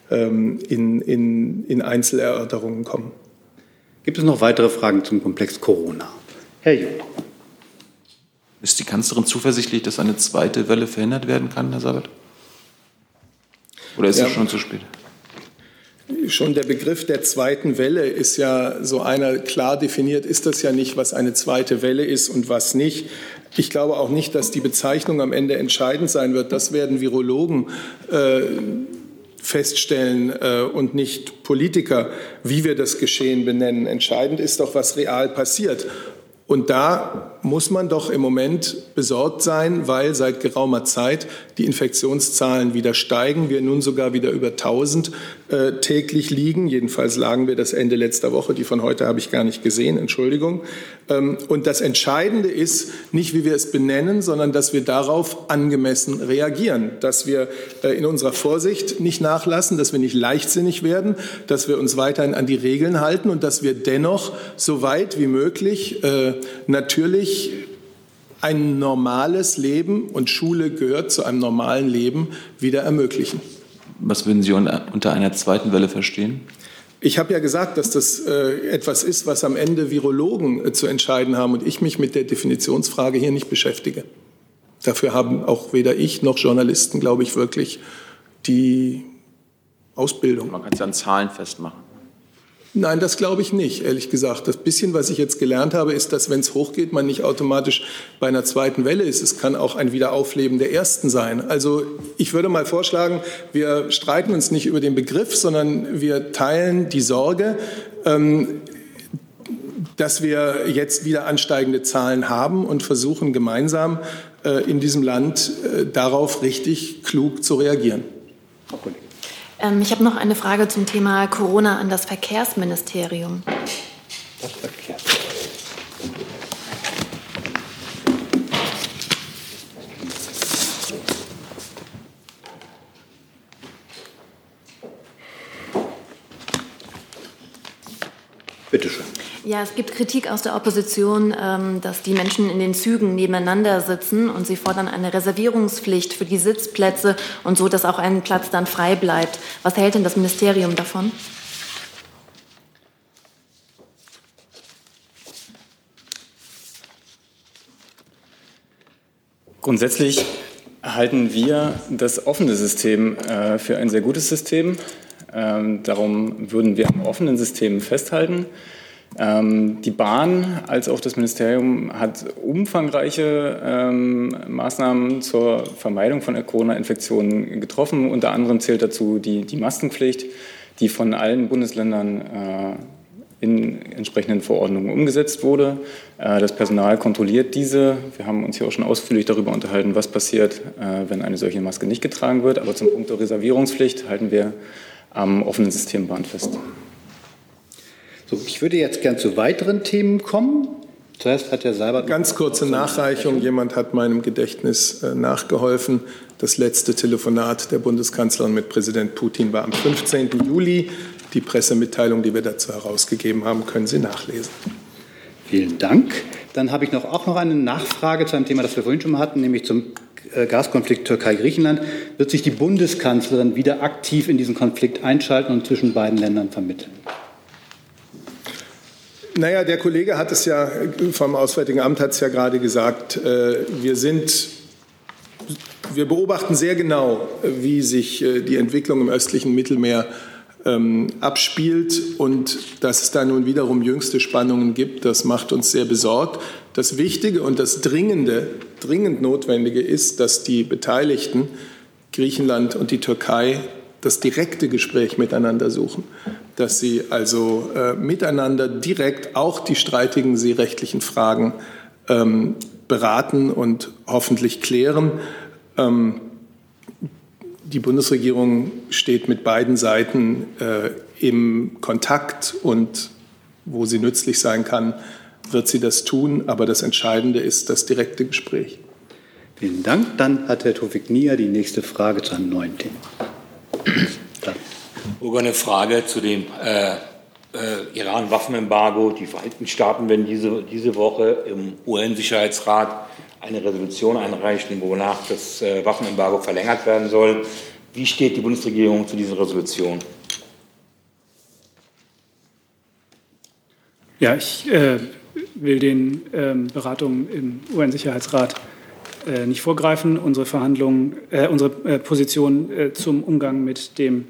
in Einzelerörterungen kommen. Gibt es noch weitere Fragen zum Komplex Corona? Herr Jung. Ist die Kanzlerin zuversichtlich, dass eine zweite Welle verhindert werden kann, Herr Seibert? Oder ist es schon zu spät? Schon der Begriff der zweiten Welle ist ja so einer, klar definiert ist das ja nicht, was eine zweite Welle ist und was nicht. Ich glaube auch nicht, dass die Bezeichnung am Ende entscheidend sein wird. Das werden Virologen feststellen und nicht Politiker, wie wir das Geschehen benennen. Entscheidend ist doch, was real passiert. Und da muss man doch im Moment besorgt sein, weil seit geraumer Zeit die Infektionszahlen wieder steigen, wir nun sogar wieder über 1000 täglich liegen. Jedenfalls lagen wir das Ende letzter Woche, die von heute habe ich gar nicht gesehen, Entschuldigung. Und das Entscheidende ist nicht, wie wir es benennen, sondern dass wir darauf angemessen reagieren, dass wir in unserer Vorsicht nicht nachlassen, dass wir nicht leichtsinnig werden, dass wir uns weiterhin an die Regeln halten und dass wir dennoch so weit wie möglich natürlich ein normales Leben, und Schule gehört zu einem normalen Leben, wieder ermöglichen. Was würden Sie unter einer zweiten Welle verstehen? Ich habe ja gesagt, dass das etwas ist, was am Ende Virologen zu entscheiden haben und ich mich mit der Definitionsfrage hier nicht beschäftige. Dafür haben auch weder ich noch Journalisten, glaube ich, wirklich die Ausbildung. Man kann es an Zahlen festmachen. Nein, das glaube ich nicht, ehrlich gesagt. Das bisschen, was ich jetzt gelernt habe, ist, dass, wenn es hochgeht, man nicht automatisch bei einer zweiten Welle ist. Es kann auch ein Wiederaufleben der ersten sein. Also ich würde mal vorschlagen, wir streiten uns nicht über den Begriff, sondern wir teilen die Sorge, dass wir jetzt wieder ansteigende Zahlen haben und versuchen gemeinsam in diesem Land darauf richtig klug zu reagieren. Ich habe noch eine Frage zum Thema Corona an das Verkehrsministerium. Das Verkehrsministerium. Bitte schön. Ja, es gibt Kritik aus der Opposition, dass die Menschen in den Zügen nebeneinander sitzen und sie fordern eine Reservierungspflicht für die Sitzplätze und so, dass auch ein Platz dann frei bleibt. Was hält denn das Ministerium davon? Grundsätzlich halten wir das offene System für ein sehr gutes System. Darum würden wir am offenen System festhalten. Die Bahn als auch das Ministerium hat umfangreiche Maßnahmen zur Vermeidung von Corona-Infektionen getroffen. Unter anderem zählt dazu die Maskenpflicht, die von allen Bundesländern in entsprechenden Verordnungen umgesetzt wurde. Das Personal kontrolliert diese. Wir haben uns hier auch schon ausführlich darüber unterhalten, was passiert, wenn eine solche Maske nicht getragen wird. Aber zum Punkt der Reservierungspflicht halten wir am offenen System Bahn fest. So, ich würde jetzt gern zu weiteren Themen kommen. Zuerst hat Herr Seibert... Ganz kurze Nachreichung. Jemand hat meinem Gedächtnis nachgeholfen. Das letzte Telefonat der Bundeskanzlerin mit Präsident Putin war am 15. Juli. Die Pressemitteilung, die wir dazu herausgegeben haben, können Sie nachlesen. Vielen Dank. Dann habe ich auch noch eine Nachfrage zu einem Thema, das wir vorhin schon mal hatten, nämlich zum Gaskonflikt Türkei-Griechenland. Wird sich die Bundeskanzlerin wieder aktiv in diesen Konflikt einschalten und zwischen beiden Ländern vermitteln? Naja, der Kollege hat es ja, vom Auswärtigen Amt hat es ja gerade gesagt, wir beobachten sehr genau, wie sich die Entwicklung im östlichen Mittelmeer abspielt, und dass es da nun wiederum jüngste Spannungen gibt, das macht uns sehr besorgt. Das Wichtige und das dringend Notwendige ist, dass die Beteiligten, Griechenland und die Türkei, das direkte Gespräch miteinander suchen. dass Sie also miteinander direkt auch die streitigen seerechtlichen Fragen beraten und hoffentlich klären. Die Bundesregierung steht mit beiden Seiten im Kontakt und wo sie nützlich sein kann, wird sie das tun. Aber das Entscheidende ist das direkte Gespräch. Vielen Dank. Dann hat Herr Tawfik Nia die nächste Frage zu einem neuen Thema. Sogar eine Frage zu dem Iran-Waffenembargo. Die Vereinigten Staaten werden diese Woche im UN-Sicherheitsrat eine Resolution einreichen, wonach das Waffenembargo verlängert werden soll. Wie steht die Bundesregierung zu dieser Resolution? Ja, ich will den Beratungen im UN-Sicherheitsrat nicht vorgreifen. Unsere Position zum Umgang mit dem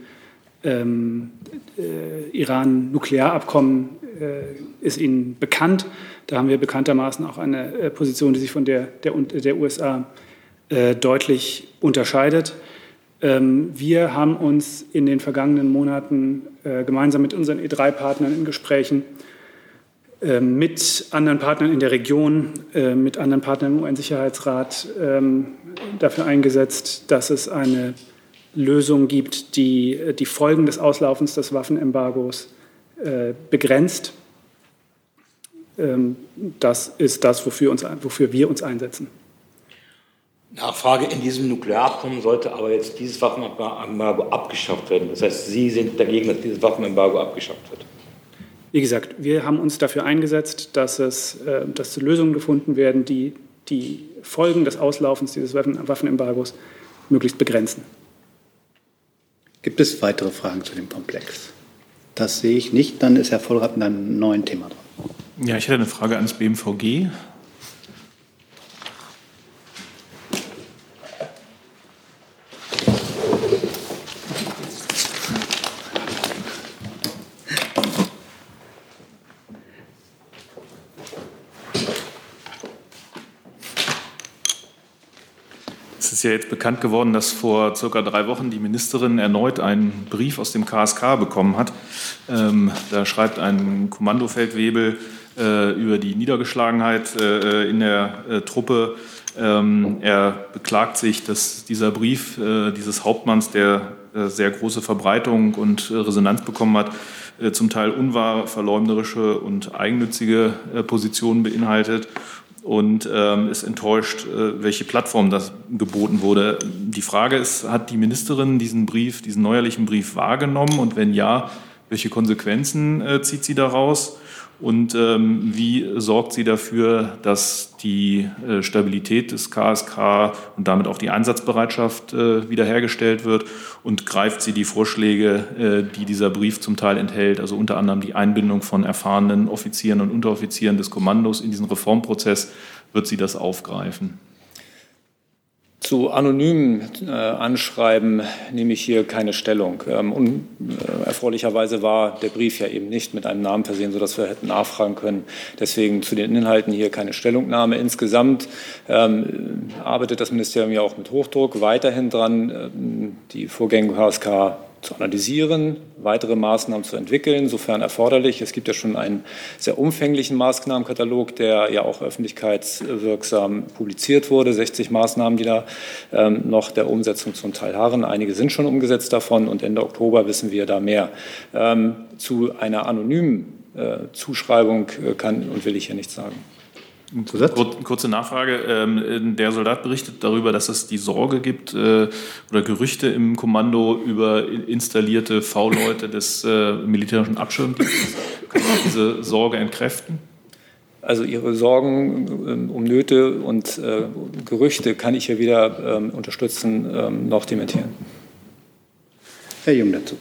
Iran-Nuklearabkommen ist Ihnen bekannt. Da haben wir bekanntermaßen auch eine Position, die sich von der USA deutlich unterscheidet. Wir haben uns in den vergangenen Monaten gemeinsam mit unseren E3-Partnern in Gesprächen mit anderen Partnern in der Region, mit anderen Partnern im UN-Sicherheitsrat dafür eingesetzt, dass es eine Lösung gibt, die die Folgen des Auslaufens des Waffenembargos begrenzt. Das ist das, wofür wir uns einsetzen. Nachfrage: In diesem Nuklearabkommen sollte aber jetzt dieses Waffenembargo abgeschafft werden. Das heißt, Sie sind dagegen, dass dieses Waffenembargo abgeschafft wird? Wie gesagt, wir haben uns dafür eingesetzt, dass Lösungen gefunden werden, die die Folgen des Auslaufens dieses Waffenembargos möglichst begrenzen. Gibt es weitere Fragen zu dem Komplex? Das sehe ich nicht. Dann ist Herr Vollrath mit einem neuen Thema dran. Ja, ich hätte eine Frage ans BMVG. Es ist ja jetzt bekannt geworden, dass vor circa 3 Wochen die Ministerin erneut einen Brief aus dem KSK bekommen hat. Da schreibt ein Kommandofeldwebel über die Niedergeschlagenheit in der Truppe. Er beklagt sich, dass dieser Brief dieses Hauptmanns, der sehr große Verbreitung und Resonanz bekommen hat, zum Teil unwahre, verleumderische und eigennützige Positionen beinhaltet. Und ist enttäuscht, welche Plattform das geboten wurde. Die Frage ist, hat die Ministerin diesen neuerlichen Brief wahrgenommen? Und wenn ja, welche Konsequenzen zieht sie daraus? Und wie sorgt sie dafür, dass die Stabilität des KSK und damit auch die Einsatzbereitschaft wiederhergestellt wird? Und greift sie die Vorschläge, die dieser Brief zum Teil enthält, also unter anderem die Einbindung von erfahrenen Offizieren und Unteroffizieren des Kommandos in diesen Reformprozess, wird sie das aufgreifen? Zu anonymen Anschreiben nehme ich hier keine Stellung. Erfreulicherweise war der Brief ja eben nicht mit einem Namen versehen, sodass wir hätten nachfragen können. Deswegen zu den Inhalten hier keine Stellungnahme. Insgesamt arbeitet das Ministerium ja auch mit Hochdruck weiterhin dran, die Vorgänge im KSK zu analysieren, weitere Maßnahmen zu entwickeln, sofern erforderlich. Es gibt ja schon einen sehr umfänglichen Maßnahmenkatalog, der ja auch öffentlichkeitswirksam publiziert wurde. 60 Maßnahmen, die da noch der Umsetzung zum Teil harren. Einige sind schon umgesetzt davon und Ende Oktober wissen wir da mehr. Zu einer anonymen Zuschreibung kann und will ich hier nichts sagen. Kurze Nachfrage. Der Soldat berichtet darüber, dass es die Sorge gibt oder Gerüchte im Kommando über installierte V-Leute des militärischen Abschirmdienstes. Kann man diese Sorge entkräften? Also Ihre Sorgen um Nöte und Gerüchte kann ich hier weder unterstützen noch dementieren. Herr Jung dazu.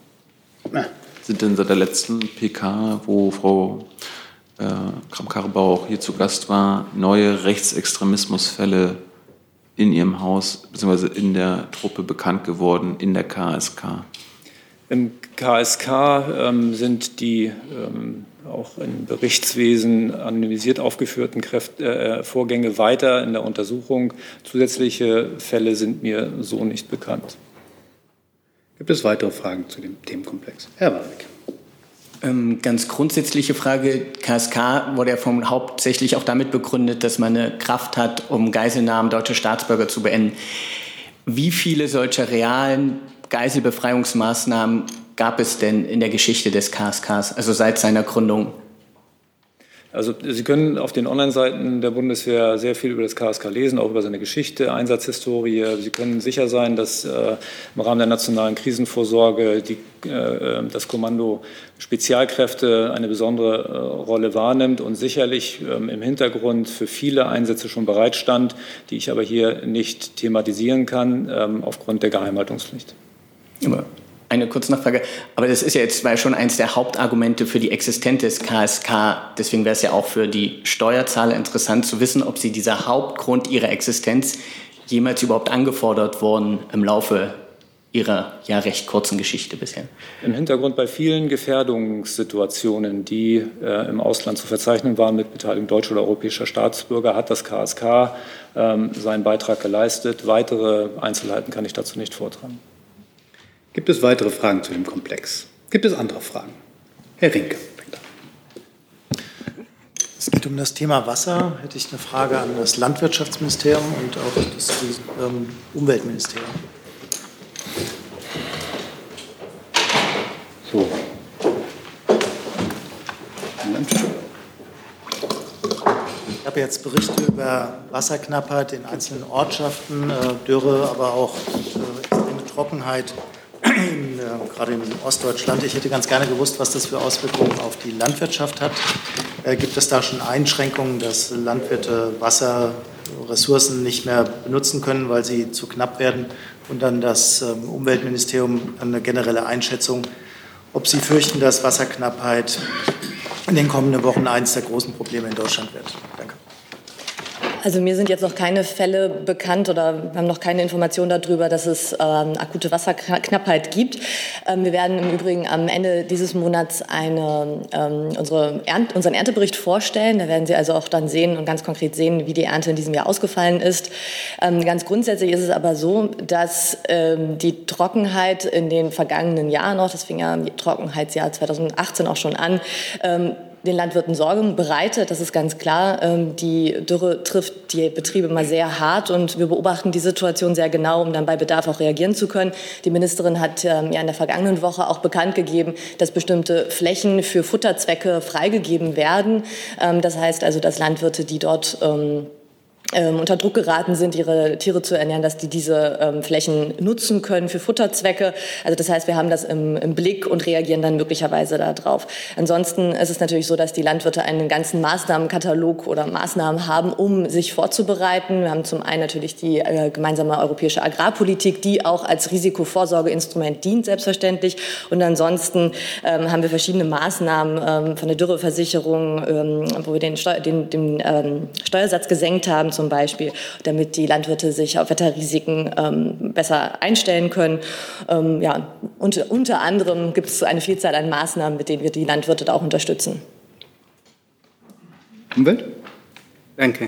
Sind denn seit der letzten PK, wo Frau Kramp-Karrenbauer auch hier zu Gast war, neue Rechtsextremismusfälle in Ihrem Haus bzw. in der Truppe bekannt geworden, in der KSK? Im KSK sind die auch im Berichtswesen anonymisiert aufgeführten Vorgänge weiter in der Untersuchung. Zusätzliche Fälle sind mir so nicht bekannt. Gibt es weitere Fragen zu dem Themenkomplex? Herr Warwick. Ganz grundsätzliche Frage. KSK wurde ja hauptsächlich auch damit begründet, dass man eine Kraft hat, um Geiselnahmen deutscher Staatsbürger zu beenden. Wie viele solcher realen Geiselbefreiungsmaßnahmen gab es denn in der Geschichte des KSKs, also seit seiner Gründung? Also Sie können auf den Online-Seiten der Bundeswehr sehr viel über das KSK lesen, auch über seine Geschichte, Einsatzhistorie. Sie können sicher sein, dass im Rahmen der nationalen Krisenvorsorge das Kommando Spezialkräfte eine besondere Rolle wahrnimmt und sicherlich im Hintergrund für viele Einsätze schon bereitstand, die ich aber hier nicht thematisieren kann, aufgrund der Geheimhaltungspflicht. Eine kurze Nachfrage. Aber das ist ja jetzt schon eines der Hauptargumente für die Existenz des KSK. Deswegen wäre es ja auch für die Steuerzahler interessant zu wissen, ob Sie dieser Hauptgrund Ihrer Existenz jemals überhaupt angefordert wurden im Laufe Ihrer ja recht kurzen Geschichte bisher. Im Hintergrund bei vielen Gefährdungssituationen, die im Ausland zu verzeichnen waren mit Beteiligung deutscher oder europäischer Staatsbürger, hat das KSK seinen Beitrag geleistet. Weitere Einzelheiten kann ich dazu nicht vortragen. Gibt es weitere Fragen zu dem Komplex? Gibt es andere Fragen? Herr Rinke. Es geht um das Thema Wasser. Hätte ich eine Frage an das Landwirtschaftsministerium und auch das Umweltministerium. So. Ich habe jetzt Berichte über Wasserknappheit in einzelnen Ortschaften, Dürre, aber auch extreme Trockenheit. Gerade in Ostdeutschland. Ich hätte ganz gerne gewusst, was das für Auswirkungen auf die Landwirtschaft hat. Gibt es da schon Einschränkungen, dass Landwirte Wasserressourcen nicht mehr benutzen können, weil sie zu knapp werden? Und dann das Umweltministerium eine generelle Einschätzung, ob Sie fürchten, dass Wasserknappheit in den kommenden Wochen eines der großen Probleme in Deutschland wird. Danke. Also mir sind jetzt noch keine Fälle bekannt oder wir haben noch keine Informationen darüber, dass es akute Wasserknappheit gibt. Wir werden im Übrigen am Ende dieses Monats unseren Erntebericht vorstellen. Da werden Sie also auch dann sehen und ganz konkret sehen, wie die Ernte in diesem Jahr ausgefallen ist. Ganz grundsätzlich ist es aber so, dass die Trockenheit in den vergangenen Jahren noch, das fing ja im Trockenheitsjahr 2018 auch schon an, den Landwirten Sorge bereitet, das ist ganz klar. Die Dürre trifft die Betriebe immer sehr hart und wir beobachten die Situation sehr genau, um dann bei Bedarf auch reagieren zu können. Die Ministerin hat ja in der vergangenen Woche auch bekannt gegeben, dass bestimmte Flächen für Futterzwecke freigegeben werden. Das heißt also, dass Landwirte, die dort unter Druck geraten sind, ihre Tiere zu ernähren, dass die diese Flächen nutzen können für Futterzwecke. Also das heißt, wir haben das im Blick und reagieren dann möglicherweise darauf. Ansonsten ist es natürlich so, dass die Landwirte einen ganzen Maßnahmenkatalog oder Maßnahmen haben, um sich vorzubereiten. Wir haben zum einen natürlich die gemeinsame europäische Agrarpolitik, die auch als Risikovorsorgeinstrument dient, selbstverständlich. Und ansonsten haben wir verschiedene Maßnahmen von der Dürreversicherung, wo wir den Steuersatz gesenkt haben, zum Beispiel, damit die Landwirte sich auf Wetterrisiken besser einstellen können. Und unter anderem gibt es eine Vielzahl an Maßnahmen, mit denen wir die Landwirte auch unterstützen. Umwelt? Danke.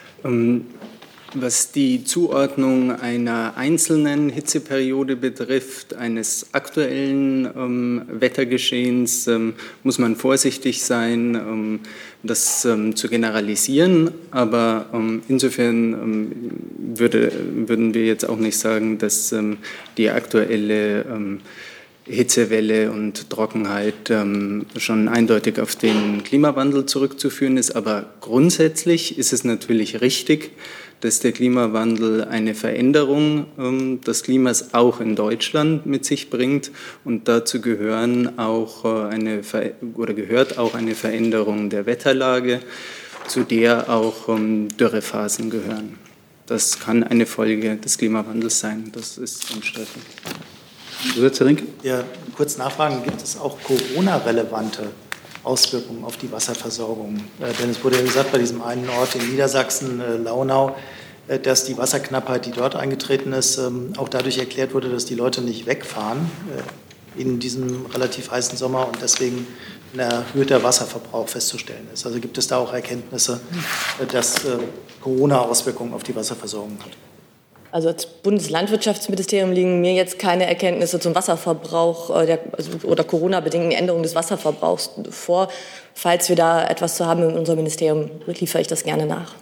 Was die Zuordnung einer einzelnen Hitzeperiode betrifft, eines aktuellen Wettergeschehens, muss man vorsichtig sein, das zu generalisieren. Aber insofern würden wir jetzt auch nicht sagen, dass die aktuelle Hitzewelle und Trockenheit schon eindeutig auf den Klimawandel zurückzuführen ist. Aber grundsätzlich ist es natürlich richtig, dass der Klimawandel eine Veränderung des Klimas auch in Deutschland mit sich bringt. Und dazu gehört auch eine Veränderung der Wetterlage, zu der auch Dürrephasen gehören. Das kann eine Folge des Klimawandels sein. Das ist umstritten. Ja, kurz nachfragen, gibt es auch Corona-relevante Auswirkungen auf die Wasserversorgung? Denn es wurde ja gesagt, bei diesem einen Ort in Niedersachsen, Launau, dass die Wasserknappheit, die dort eingetreten ist, auch dadurch erklärt wurde, dass die Leute nicht wegfahren in diesem relativ heißen Sommer und deswegen ein erhöhter Wasserverbrauch festzustellen ist. Also gibt es da auch Erkenntnisse, dass Corona Auswirkungen auf die Wasserversorgung hat? Also als Bundeslandwirtschaftsministerium liegen mir jetzt keine Erkenntnisse zum Wasserverbrauch oder Corona-bedingten Änderungen des Wasserverbrauchs vor. Falls wir da etwas zu haben in unserem Ministerium, liefere ich das gerne nach.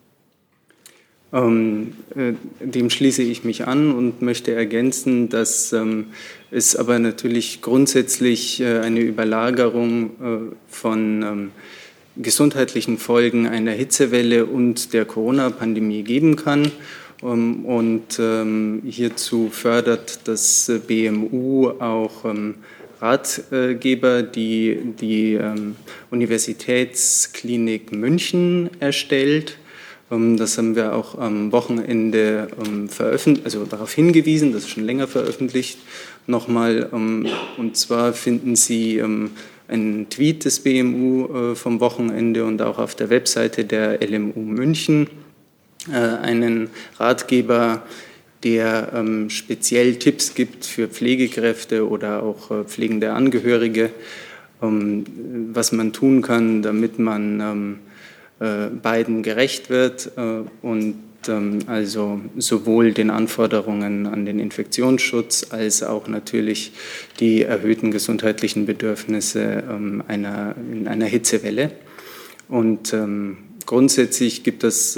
Dem schließe ich mich an und möchte ergänzen, dass es aber natürlich grundsätzlich eine Überlagerung von gesundheitlichen Folgen einer Hitzewelle und der Corona-Pandemie geben kann. Und hierzu fördert das BMU auch Ratgeber, die Universitätsklinik München erstellt. Das haben wir auch am Wochenende veröffentlicht, also darauf hingewiesen, das ist schon länger veröffentlicht. Nochmal, und zwar finden Sie einen Tweet des BMU vom Wochenende und auch auf der Webseite der LMU München einen Ratgeber, der speziell Tipps gibt für Pflegekräfte oder auch pflegende Angehörige, was man tun kann, damit man beiden gerecht wird und also sowohl den Anforderungen an den Infektionsschutz als auch natürlich die erhöhten gesundheitlichen Bedürfnisse in einer Hitzewelle. Und grundsätzlich gibt es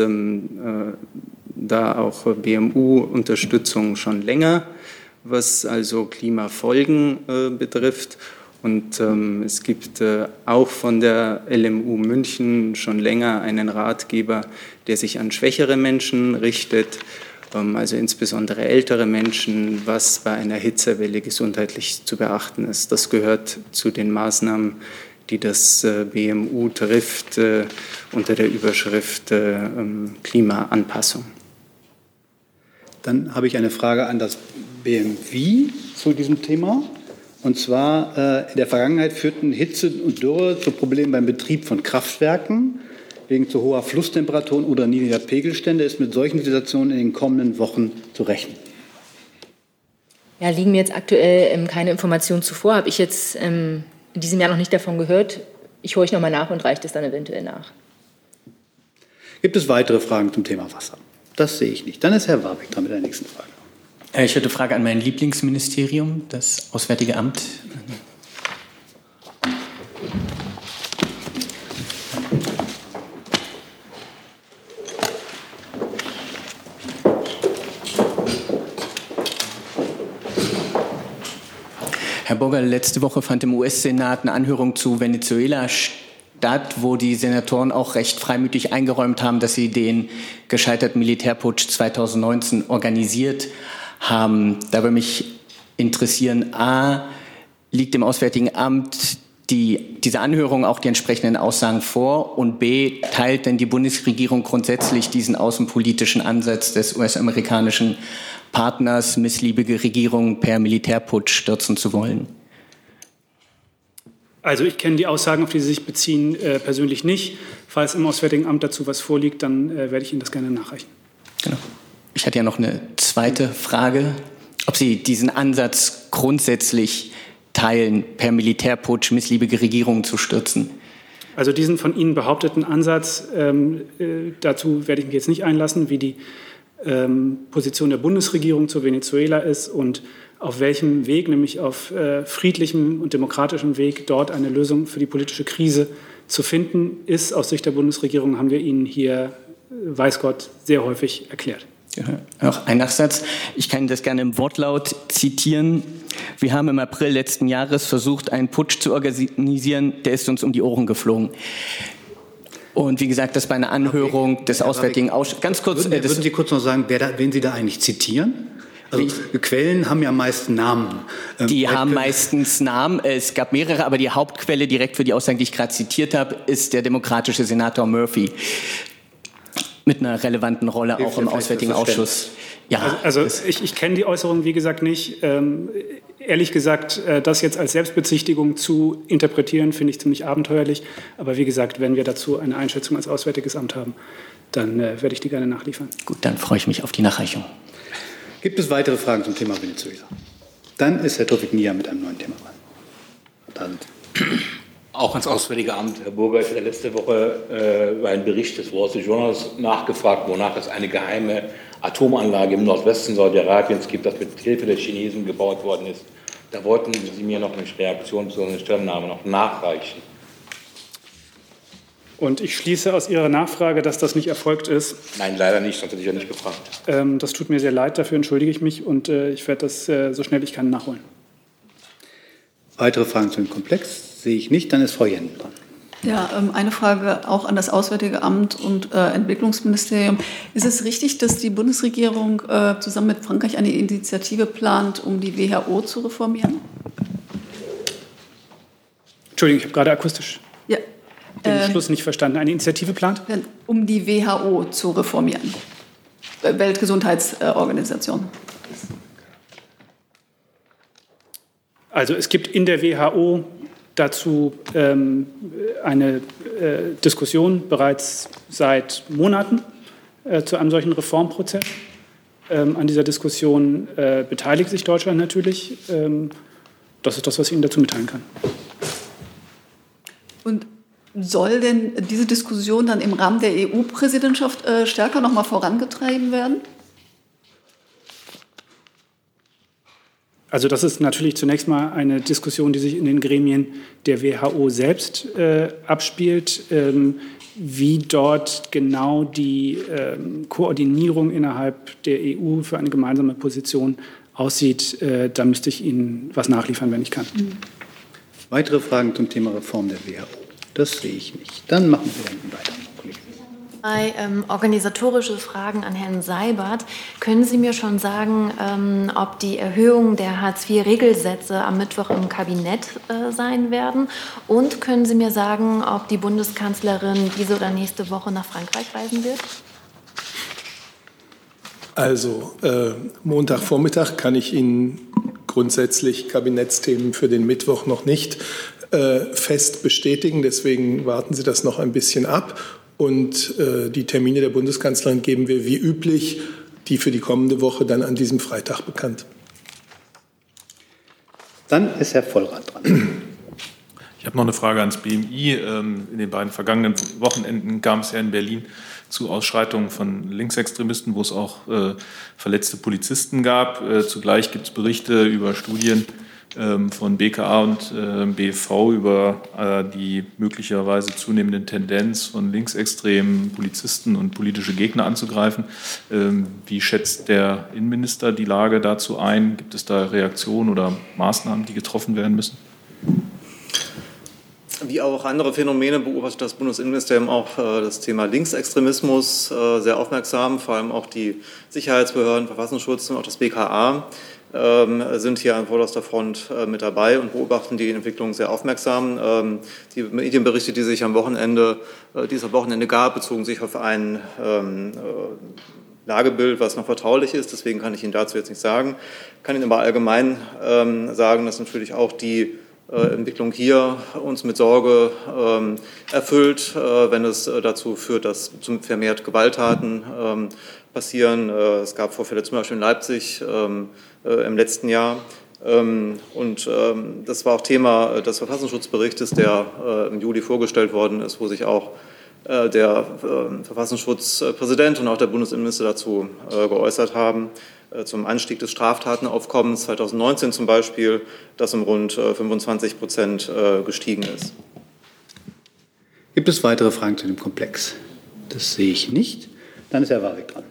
da auch BMU-Unterstützung schon länger, was also Klimafolgen betrifft. Und es gibt auch von der LMU München schon länger einen Ratgeber, der sich an schwächere Menschen richtet, also insbesondere ältere Menschen, was bei einer Hitzewelle gesundheitlich zu beachten ist. Das gehört zu den Maßnahmen, die das BMU trifft, unter der Überschrift Klimaanpassung. Dann habe ich eine Frage an das BMWI zu diesem Thema. Und zwar in der Vergangenheit führten Hitze und Dürre zu Problemen beim Betrieb von Kraftwerken wegen zu hoher Flusstemperaturen oder niedriger Pegelstände. Ist mit solchen Situationen in den kommenden Wochen zu rechnen? Ja, liegen mir jetzt aktuell keine Informationen zuvor. Habe ich jetzt in diesem Jahr noch nicht davon gehört. Ich horche nochmal nach und reiche das dann eventuell nach. Gibt es weitere Fragen zum Thema Wasser? Das sehe ich nicht. Dann ist Herr Warbeck dran mit der nächsten Frage. Ich hätte eine Frage an mein Lieblingsministerium, das Auswärtige Amt. Herr Burger, letzte Woche fand im US-Senat eine Anhörung zu Venezuela statt, wo die Senatoren auch recht freimütig eingeräumt haben, dass sie den gescheiterten Militärputsch 2019 organisiert haben. Da würde mich interessieren, a, liegt dem Auswärtigen Amt diese Anhörung auch die entsprechenden Aussagen vor und b, teilt denn die Bundesregierung grundsätzlich diesen außenpolitischen Ansatz des US-amerikanischen Partners, missliebige Regierungen per Militärputsch stürzen zu wollen? Also ich kenne die Aussagen, auf die Sie sich beziehen, persönlich nicht. Falls im Auswärtigen Amt dazu was vorliegt, dann werde ich Ihnen das gerne nachreichen. Genau. Ich hatte ja noch eine zweite Frage, ob Sie diesen Ansatz grundsätzlich teilen, per Militärputsch missliebige Regierungen zu stürzen. Also diesen von Ihnen behaupteten Ansatz, dazu werde ich mich jetzt nicht einlassen, wie die Position der Bundesregierung zu Venezuela ist und auf welchem Weg, nämlich auf friedlichem und demokratischem Weg, dort eine Lösung für die politische Krise zu finden ist. Aus Sicht der Bundesregierung haben wir Ihnen hier, weiß Gott, sehr häufig erklärt. Ja, noch ein Nachsatz. Ich kann das gerne im Wortlaut zitieren. Wir haben im April letzten Jahres versucht, einen Putsch zu organisieren, der ist uns um die Ohren geflogen. Und wie gesagt, das bei einer Anhörung des Auswärtigen Ausschusses. Ganz kurz. Würden Sie kurz noch sagen, wen Sie da eigentlich zitieren? Also Quellen haben ja meist Namen. Die haben meistens Namen. Es gab mehrere, aber die Hauptquelle direkt für die Aussagen, die ich gerade zitiert habe, ist der demokratische Senator Murphy. Mit einer relevanten Rolle auch im Auswärtigen Ausschuss. Ja, also ich kenne die Äußerung, wie gesagt, nicht. Ehrlich gesagt, das jetzt als Selbstbezichtigung zu interpretieren, finde ich ziemlich abenteuerlich. Aber wie gesagt, wenn wir dazu eine Einschätzung als Auswärtiges Amt haben, dann werde ich die gerne nachliefern. Gut, dann freue ich mich auf die Nachreichung. Gibt es weitere Fragen zum Thema Venezuela? Dann ist Herr Tawfik Nia mit einem neuen Thema dran. Auch ans Auswärtige Amt. Herr Burger, ich hatte letzte Woche über einen Bericht des Wall Street Journals nachgefragt, wonach es eine geheime Atomanlage im Nordwesten Saudi-Arabiens gibt, das mit Hilfe der Chinesen gebaut worden ist. Da wollten Sie mir noch eine Reaktion zu einer Stellungnahme noch nachreichen. Und ich schließe aus Ihrer Nachfrage, dass das nicht erfolgt ist. Nein, leider nicht, sonst hätte ich ja nicht gefragt. Das tut mir sehr leid, dafür entschuldige ich mich und ich werde das so schnell ich kann nachholen. Weitere Fragen zu dem Komplex sehe ich nicht, dann ist Frau Jenn dran. Ja, eine Frage auch an das Auswärtige Amt und Entwicklungsministerium. Ist es richtig, dass die Bundesregierung zusammen mit Frankreich eine Initiative plant, um die WHO zu reformieren? Entschuldigung, ich habe gerade akustisch Ja. den Schluss nicht verstanden. Eine Initiative plant? Um die WHO zu reformieren. Weltgesundheitsorganisation. Also es gibt in der WHO dazu eine Diskussion bereits seit Monaten zu einem solchen Reformprozess. An dieser Diskussion beteiligt sich Deutschland natürlich. Das ist das, was ich Ihnen dazu mitteilen kann. Und soll denn diese Diskussion dann im Rahmen der EU-Präsidentschaft stärker noch mal vorangetrieben werden? Also das ist natürlich zunächst mal eine Diskussion, die sich in den Gremien der WHO selbst abspielt, wie dort genau die Koordinierung innerhalb der EU für eine gemeinsame Position aussieht. Da müsste ich Ihnen was nachliefern, wenn ich kann. Weitere Fragen zum Thema Reform der WHO? Das sehe ich nicht. Dann machen wir weiter. Organisatorische Fragen an Herrn Seibert. Können Sie mir schon sagen, ob die Erhöhung der Hartz-IV-Regelsätze am Mittwoch im Kabinett sein werden? Und können Sie mir sagen, ob die Bundeskanzlerin diese oder nächste Woche nach Frankreich reisen wird? Also Montagvormittag kann ich Ihnen grundsätzlich Kabinettsthemen für den Mittwoch noch nicht fest bestätigen. Deswegen warten Sie das noch ein bisschen ab. Und die Termine der Bundeskanzlerin geben wir wie üblich, die für die kommende Woche dann an diesem Freitag bekannt. Dann ist Herr Vollrath dran. Ich habe noch eine Frage ans BMI. In den beiden vergangenen Wochenenden kam es ja in Berlin zu Ausschreitungen von Linksextremisten, wo es auch verletzte Polizisten gab. Zugleich gibt es Berichte über Studien von BKA und BFV über die möglicherweise zunehmende Tendenz von linksextremen Polizisten und politische Gegner anzugreifen. Wie schätzt der Innenminister die Lage dazu ein? Gibt es da Reaktionen oder Maßnahmen, die getroffen werden müssen? Wie auch andere Phänomene beobachtet das Bundesinnenministerium auch das Thema Linksextremismus sehr aufmerksam. Vor allem auch die Sicherheitsbehörden, Verfassungsschutz und auch das BKA sind hier an vorderster Front mit dabei und beobachten die Entwicklung sehr aufmerksam. Die Medienberichte, die sich am Wochenende, dieser Wochenende gab, bezogen sich auf ein Lagebild, was noch vertraulich ist. Deswegen kann ich Ihnen dazu jetzt nichts sagen. Ich kann Ihnen aber allgemein sagen, dass natürlich auch die Entwicklung hier uns mit Sorge erfüllt, wenn es dazu führt, dass vermehrt Gewalttaten passieren. Es gab Vorfälle zum Beispiel in Leipzig im letzten Jahr. Und das war auch Thema des Verfassungsschutzberichtes, der im Juli vorgestellt worden ist, wo sich auch der Verfassungsschutzpräsident und auch der Bundesinnenminister dazu geäußert haben, zum Anstieg des Straftatenaufkommens 2019 zum Beispiel, das um rund 25% gestiegen ist. Gibt es weitere Fragen zu dem Komplex? Das sehe ich nicht. Dann ist Herr Warwick dran.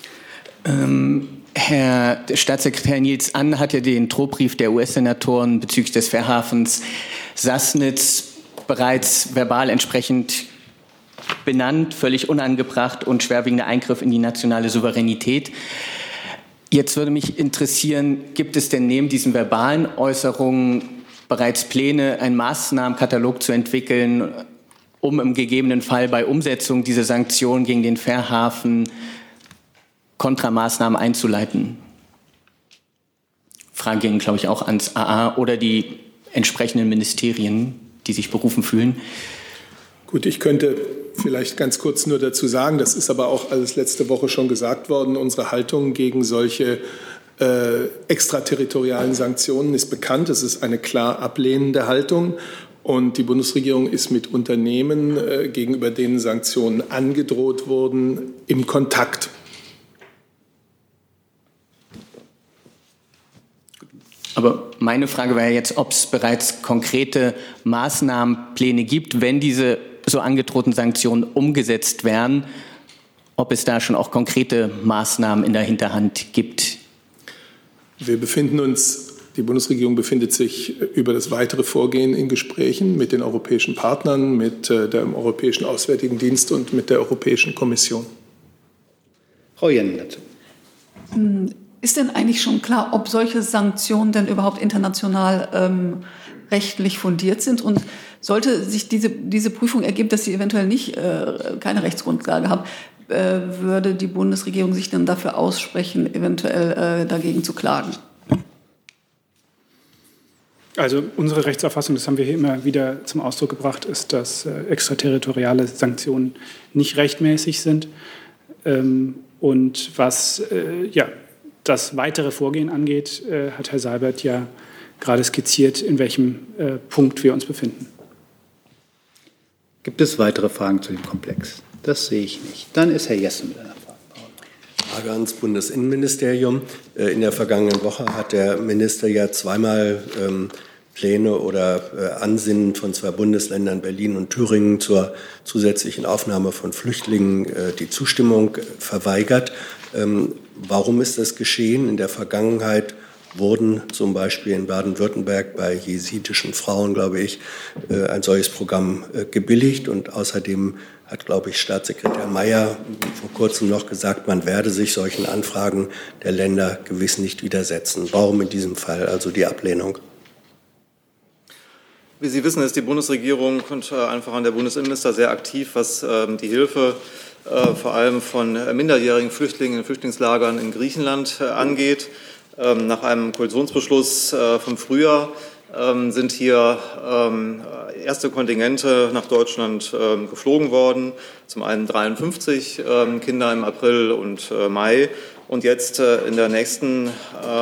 Herr Staatssekretär Nils An hat ja den Drohbrief der US-Senatoren bezüglich des Fährhafens Sassnitz bereits verbal entsprechend benannt, völlig unangebracht und schwerwiegender Eingriff in die nationale Souveränität. Jetzt würde mich interessieren, gibt es denn neben diesen verbalen Äußerungen bereits Pläne, einen Maßnahmenkatalog zu entwickeln, um im gegebenen Fall bei Umsetzung dieser Sanktionen gegen den Fährhafen Kontramaßnahmen einzuleiten? Frage ging, glaube ich, auch ans AA oder die entsprechenden Ministerien, die sich berufen fühlen. Gut, ich könnte vielleicht ganz kurz nur dazu sagen, das ist aber auch alles letzte Woche schon gesagt worden, unsere Haltung gegen solche extraterritorialen Sanktionen ist bekannt. Es ist eine klar ablehnende Haltung. Und die Bundesregierung ist mit Unternehmen, gegenüber denen Sanktionen angedroht wurden, im Kontakt. Aber meine Frage war ja jetzt, ob es bereits konkrete Maßnahmenpläne gibt, wenn diese so angedrohten Sanktionen umgesetzt werden, ob es da schon auch konkrete Maßnahmen in der Hinterhand gibt. Die Bundesregierung befindet sich über das weitere Vorgehen in Gesprächen mit den europäischen Partnern, mit dem Europäischen Auswärtigen Dienst und mit der Europäischen Kommission. Frau Jenn dazu. Ist denn eigentlich schon klar, ob solche Sanktionen denn überhaupt international rechtlich fundiert sind? Und sollte sich diese Prüfung ergeben, dass sie eventuell keine Rechtsgrundlage haben, würde die Bundesregierung sich dann dafür aussprechen, eventuell dagegen zu klagen? Also unsere Rechtsauffassung, das haben wir hier immer wieder zum Ausdruck gebracht, ist, dass extraterritoriale Sanktionen nicht rechtmäßig sind. Und was das weitere Vorgehen angeht, hat Herr Seibert ja gerade skizziert, in welchem Punkt wir uns befinden. Gibt es weitere Fragen zu dem Komplex? Das sehe ich nicht. Dann ist Herr Jessen mit einer Frage. Frage ans Bundesinnenministerium. In der vergangenen Woche hat der Minister ja zweimal Pläne oder Ansinnen von zwei Bundesländern, Berlin und Thüringen, zur zusätzlichen Aufnahme von Flüchtlingen die Zustimmung verweigert. Warum ist das geschehen? In der Vergangenheit wurden zum Beispiel in Baden-Württemberg bei jesidischen Frauen, glaube ich, ein solches Programm gebilligt. Und außerdem hat, glaube ich, Staatssekretär Mayer vor kurzem noch gesagt, man werde sich solchen Anfragen der Länder gewiss nicht widersetzen. Warum in diesem Fall also die Ablehnung? Wie Sie wissen, ist die Bundesregierung und einfach an der Bundesinnenminister sehr aktiv, was die Hilfe vor allem von minderjährigen Flüchtlingen in Flüchtlingslagern in Griechenland angeht. Nach einem Koalitionsbeschluss vom Frühjahr sind hier erste Kontingente nach Deutschland geflogen worden. Zum einen 53 Kinder im April und Mai und jetzt in der nächsten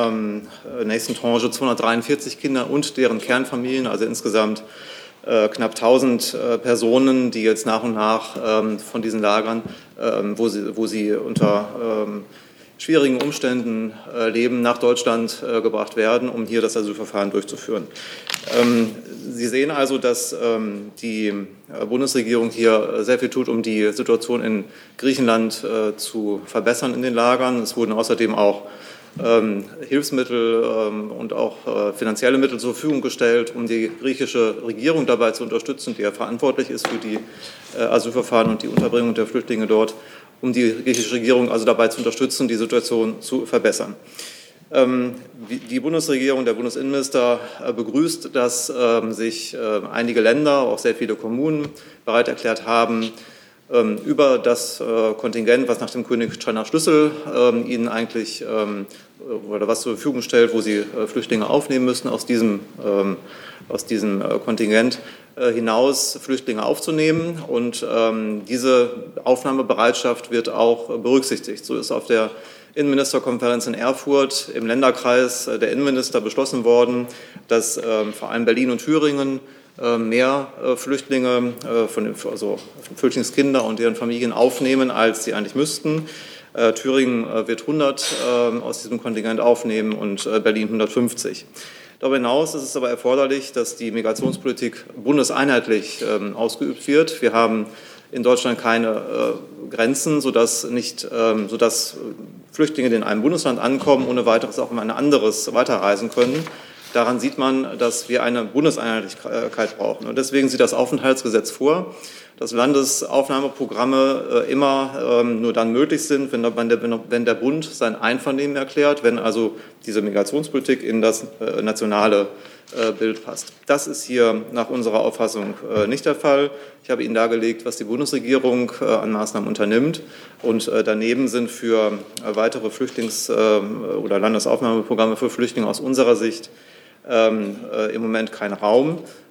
Tranche 243 Kinder und deren Kernfamilien, also insgesamt knapp 1000 Personen, die jetzt nach und nach von diesen Lagern, wo sie unter schwierigen Umständen leben, nach Deutschland gebracht werden, um hier das Asylverfahren durchzuführen. Sie sehen also, dass die Bundesregierung hier sehr viel tut, um die Situation in Griechenland zu verbessern in den Lagern. Es wurden außerdem auch Hilfsmittel und auch finanzielle Mittel zur Verfügung gestellt, um die griechische Regierung dabei zu unterstützen, die ja verantwortlich ist für die Asylverfahren und die Unterbringung der Flüchtlinge dort, um die griechische Regierung also dabei zu unterstützen, die Situation zu verbessern. Die Bundesregierung, der Bundesinnenminister begrüßt, dass sich einige Länder, auch sehr viele Kommunen bereit erklärt haben, über das Kontingent, was nach dem König-Steiner Schlüssel ihnen eigentlich oder was zur Verfügung stellt, wo sie Flüchtlinge aufnehmen müssen, aus diesem Kontingent hinaus Flüchtlinge aufzunehmen. Und diese Aufnahmebereitschaft wird auch berücksichtigt. So ist auf der Innenministerkonferenz in Erfurt im Länderkreis der Innenminister beschlossen worden, dass vor allem Berlin und Thüringen mehr Flüchtlinge, also Flüchtlingskinder und deren Familien aufnehmen, als sie eigentlich müssten. Thüringen wird 100 aus diesem Kontingent aufnehmen und Berlin 150. Darüber hinaus ist es aber erforderlich, dass die Migrationspolitik bundeseinheitlich ausgeübt wird. Wir haben in Deutschland keine Grenzen, sodass Flüchtlinge, die in einem Bundesland ankommen, ohne weiteres auch in ein anderes weiterreisen können. Daran sieht man, dass wir eine Bundeseinheitlichkeit brauchen. Und deswegen sieht das Aufenthaltsgesetz vor, dass Landesaufnahmeprogramme immer nur dann möglich sind, wenn der Bund sein Einvernehmen erklärt, wenn also diese Migrationspolitik in das nationale Bild passt. Das ist hier nach unserer Auffassung nicht der Fall. Ich habe Ihnen dargelegt, was die Bundesregierung an Maßnahmen unternimmt. Und daneben sind für weitere oder Landesaufnahmeprogramme für Flüchtlinge aus unserer Sicht im Moment kein Raum.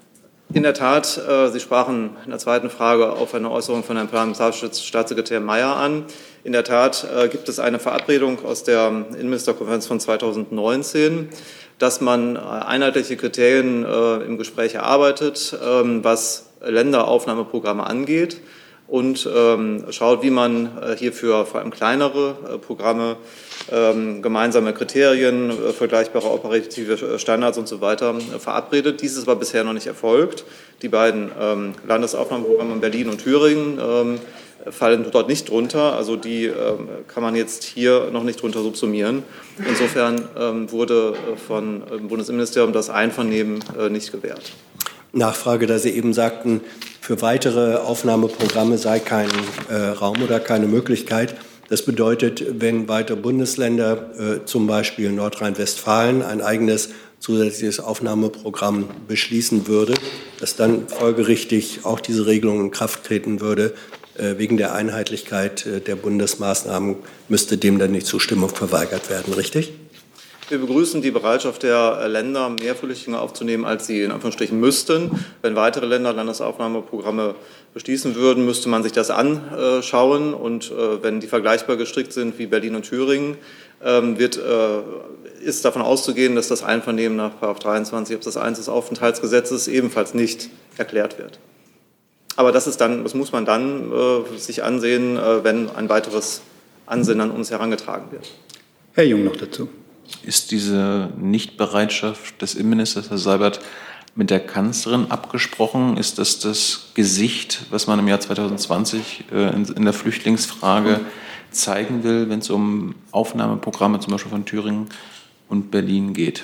In der Tat, Sie sprachen in der zweiten Frage auf eine Äußerung von Herrn Parlamentarstaatssekretär Mayer an. In der Tat gibt es eine Verabredung aus der Innenministerkonferenz von 2019, dass man einheitliche Kriterien im Gespräch erarbeitet, was Länderaufnahmeprogramme angeht und schaut, wie man hierfür vor allem kleinere Programme gemeinsame Kriterien, vergleichbare operative Standards und so weiter verabredet. Dies ist aber bisher noch nicht erfolgt. Die beiden Landesaufnahmeprogramme in Berlin und Thüringen fallen dort nicht drunter. Also die kann man jetzt hier noch nicht drunter subsumieren. Insofern wurde vom Bundesinnenministerium das Einvernehmen nicht gewährt. Nachfrage, da Sie eben sagten, für weitere Aufnahmeprogramme sei kein Raum oder keine Möglichkeit. Das bedeutet, wenn weitere Bundesländer, zum Beispiel Nordrhein-Westfalen, ein eigenes zusätzliches Aufnahmeprogramm beschließen würde, dass dann folgerichtig auch diese Regelung in Kraft treten würde. Wegen der Einheitlichkeit der Bundesmaßnahmen müsste dem dann die Zustimmung verweigert werden, richtig? Wir begrüßen die Bereitschaft der Länder, mehr Flüchtlinge aufzunehmen, als sie in Anführungsstrichen müssten. Wenn weitere Länder Landesaufnahmeprogramme beschließen würden, müsste man sich das anschauen. Und wenn die vergleichbar gestrickt sind wie Berlin und Thüringen, ist davon auszugehen, dass das Einvernehmen nach § 23 Absatz 1 des Aufenthaltsgesetzes ebenfalls nicht erklärt wird. Aber das muss man dann sich ansehen, wenn ein weiteres Ansinnen an uns herangetragen wird. Herr Jung noch dazu. Ist diese Nichtbereitschaft des Innenministers, Herr Seibert, mit der Kanzlerin abgesprochen? Ist das das Gesicht, was man im Jahr 2020 in der Flüchtlingsfrage zeigen will, wenn es um Aufnahmeprogramme zum Beispiel von Thüringen und Berlin geht?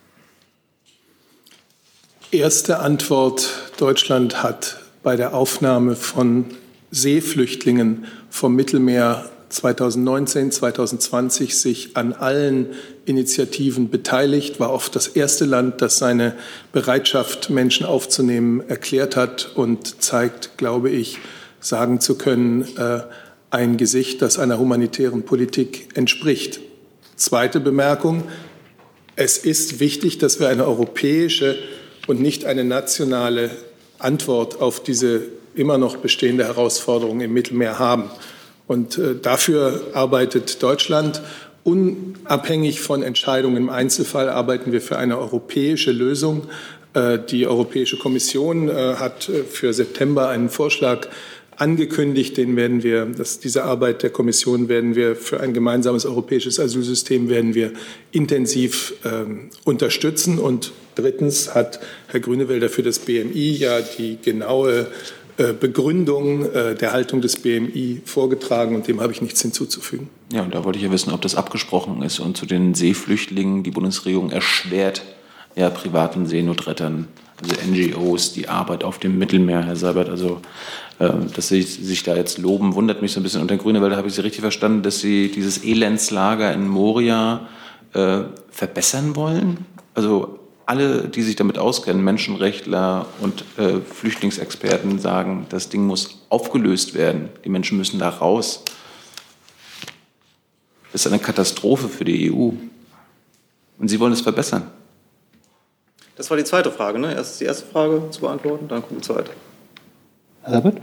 Erste Antwort: Deutschland hat bei der Aufnahme von Seeflüchtlingen vom Mittelmeer 2019, 2020 sich an allen Initiativen beteiligt, war oft das erste Land, das seine Bereitschaft, Menschen aufzunehmen, erklärt hat und zeigt, glaube ich, sagen zu können, ein Gesicht, das einer humanitären Politik entspricht. Zweite Bemerkung: Es ist wichtig, dass wir eine europäische und nicht eine nationale Antwort auf diese immer noch bestehende Herausforderung im Mittelmeer haben. Und dafür arbeitet Deutschland. Unabhängig von Entscheidungen im Einzelfall arbeiten wir für eine europäische Lösung. Die Europäische Kommission hat für September einen Vorschlag angekündigt. Diese Arbeit der Kommission werden wir für ein gemeinsames europäisches Asylsystem intensiv unterstützen. Und drittens hat Herr Grünewälder für das BMI ja die genaue Begründung der Haltung des BMI vorgetragen, und dem habe ich nichts hinzuzufügen. Ja, und da wollte ich ja wissen, ob das abgesprochen ist. Und zu den Seeflüchtlingen, die Bundesregierung erschwert ja privaten Seenotrettern, also NGOs, die Arbeit auf dem Mittelmeer, Herr Seibert. Also, dass Sie sich da jetzt loben, wundert mich so ein bisschen. Und Herr Grünewälder, habe ich Sie richtig verstanden, dass Sie dieses Elendslager in Moria verbessern wollen? Also alle, die sich damit auskennen, Menschenrechtler und Flüchtlingsexperten, sagen, das Ding muss aufgelöst werden. Die Menschen müssen da raus. Das ist eine Katastrophe für die EU. Und Sie wollen es verbessern. Das war die zweite Frage, ne? Erst die erste Frage zu beantworten, dann kommt die zweite. Herr Seibert?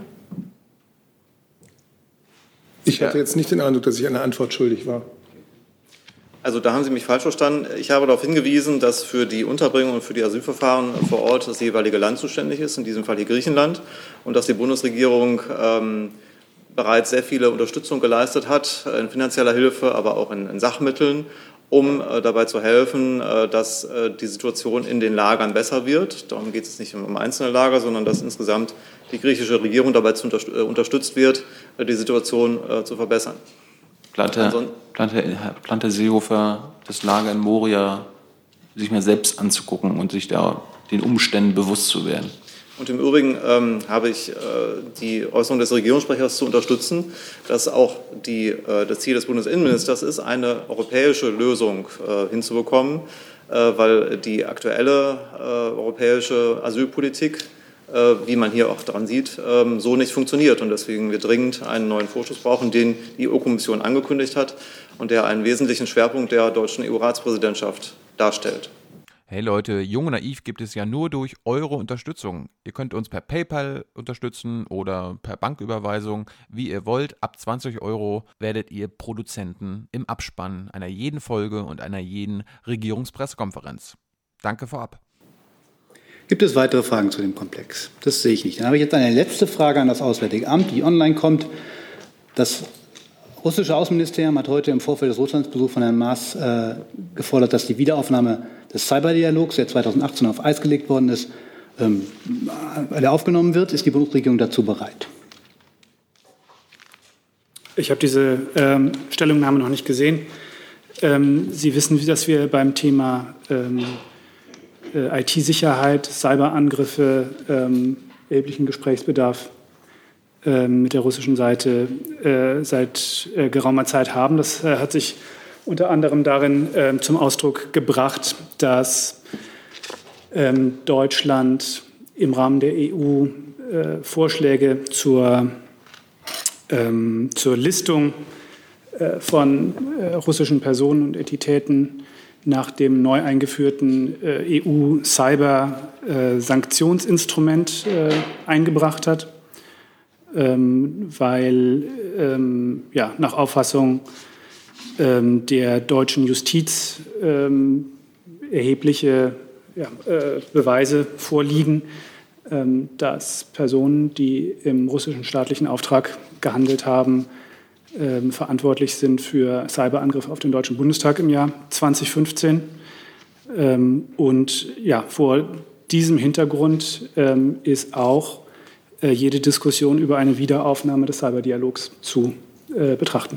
Ich hatte jetzt nicht den Eindruck, dass ich eine Antwort schuldig war. Also da haben Sie mich falsch verstanden. Ich habe darauf hingewiesen, dass für die Unterbringung und für die Asylverfahren vor Ort das jeweilige Land zuständig ist, in diesem Fall hier Griechenland, und dass die Bundesregierung bereits sehr viele Unterstützung geleistet hat, in finanzieller Hilfe, aber auch in Sachmitteln, um dabei zu helfen, dass die Situation in den Lagern besser wird. Darum geht es nicht um einzelne Lager, sondern dass insgesamt die griechische Regierung dabei unterstützt wird, die Situation zu verbessern. Plant Herr Seehofer, das Lager in Moria sich mal selbst anzugucken und sich da den Umständen bewusst zu werden? Und im Übrigen habe ich die Äußerung des Regierungssprechers zu unterstützen, dass auch das Ziel des Bundesinnenministers ist, eine europäische Lösung hinzubekommen, weil die aktuelle europäische Asylpolitik, wie man hier auch daran sieht, so nicht funktioniert. Und deswegen wir dringend einen neuen Vorschuss brauchen, den die EU-Kommission angekündigt hat und der einen wesentlichen Schwerpunkt der deutschen EU-Ratspräsidentschaft darstellt. Hey Leute, Jung und Naiv gibt es ja nur durch eure Unterstützung. Ihr könnt uns per PayPal unterstützen oder per Banküberweisung, wie ihr wollt. Ab 20 € werdet ihr Produzenten im Abspann einer jeden Folge und einer jeden Regierungspressekonferenz. Danke vorab. Gibt es weitere Fragen zu dem Komplex? Das sehe ich nicht. Dann habe ich jetzt eine letzte Frage an das Auswärtige Amt, die online kommt. Das russische Außenministerium hat heute im Vorfeld des Russlandsbesuchs von Herrn Maas gefordert, dass die Wiederaufnahme des Cyberdialogs, der 2018 auf Eis gelegt worden ist, aufgenommen wird. Ist die Bundesregierung dazu bereit? Ich habe diese Stellungnahme noch nicht gesehen. Sie wissen, dass wir beim Thema IT-Sicherheit, Cyberangriffe, erheblichen Gesprächsbedarf mit der russischen Seite seit geraumer Zeit haben. Das hat sich unter anderem darin zum Ausdruck gebracht, dass Deutschland im Rahmen der EU Vorschläge zur Listung von russischen Personen und Entitäten nach dem neu eingeführten EU-Cyber-Sanktionsinstrument eingebracht hat, weil nach Auffassung der deutschen Justiz erhebliche Beweise vorliegen, dass Personen, die im russischen staatlichen Auftrag gehandelt haben, verantwortlich sind für Cyberangriffe auf den Deutschen Bundestag im Jahr 2015. Und vor diesem Hintergrund ist auch jede Diskussion über eine Wiederaufnahme des Cyberdialogs zu betrachten.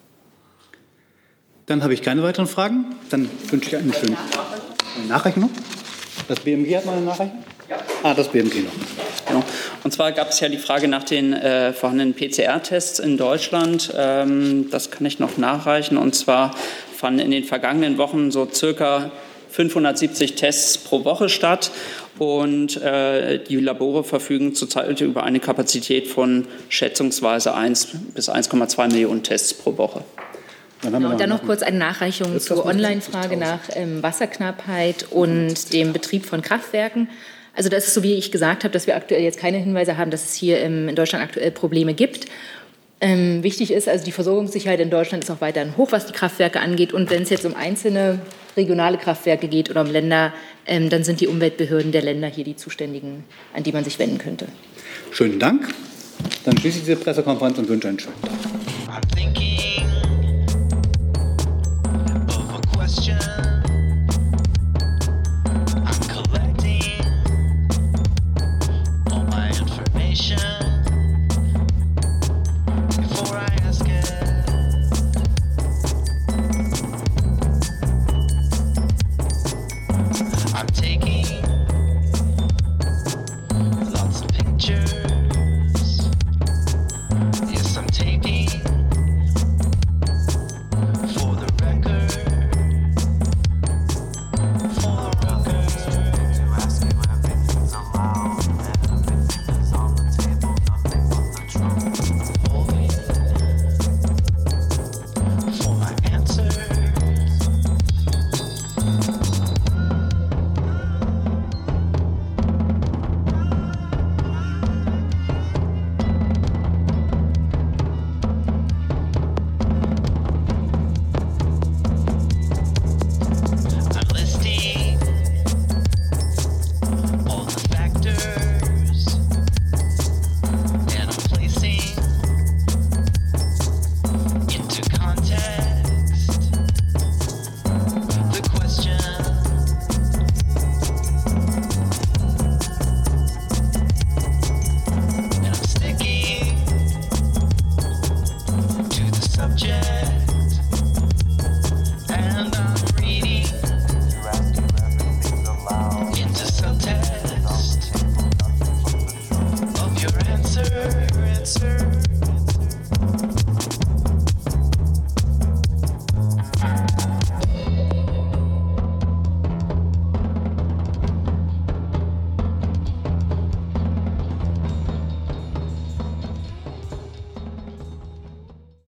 Dann habe ich keine weiteren Fragen. Dann wünsche ich einen schönen Nachreichung noch. Das BMG hat noch eine Nachreichung? Ja. Das BMG noch. Genau. Und zwar gab es ja die Frage nach den vorhandenen PCR-Tests in Deutschland. Das kann ich noch nachreichen. Und zwar fanden in den vergangenen Wochen so circa 570 Tests pro Woche statt. Und die Labore verfügen zurzeit über eine Kapazität von schätzungsweise 1 bis 1,2 Millionen Tests pro Woche. Und dann noch kurz eine Nachreichung zur Online-Frage nach Wasserknappheit und dem Betrieb von Kraftwerken. Also das ist so, wie ich gesagt habe, dass wir aktuell jetzt keine Hinweise haben, dass es hier in Deutschland aktuell Probleme gibt. Wichtig ist, also die Versorgungssicherheit in Deutschland ist auch weiterhin hoch, was die Kraftwerke angeht. Und wenn es jetzt um einzelne regionale Kraftwerke geht oder um Länder, dann sind die Umweltbehörden der Länder hier die Zuständigen, an die man sich wenden könnte. Schönen Dank. Dann schließe ich diese Pressekonferenz und wünsche einen schönen Tag.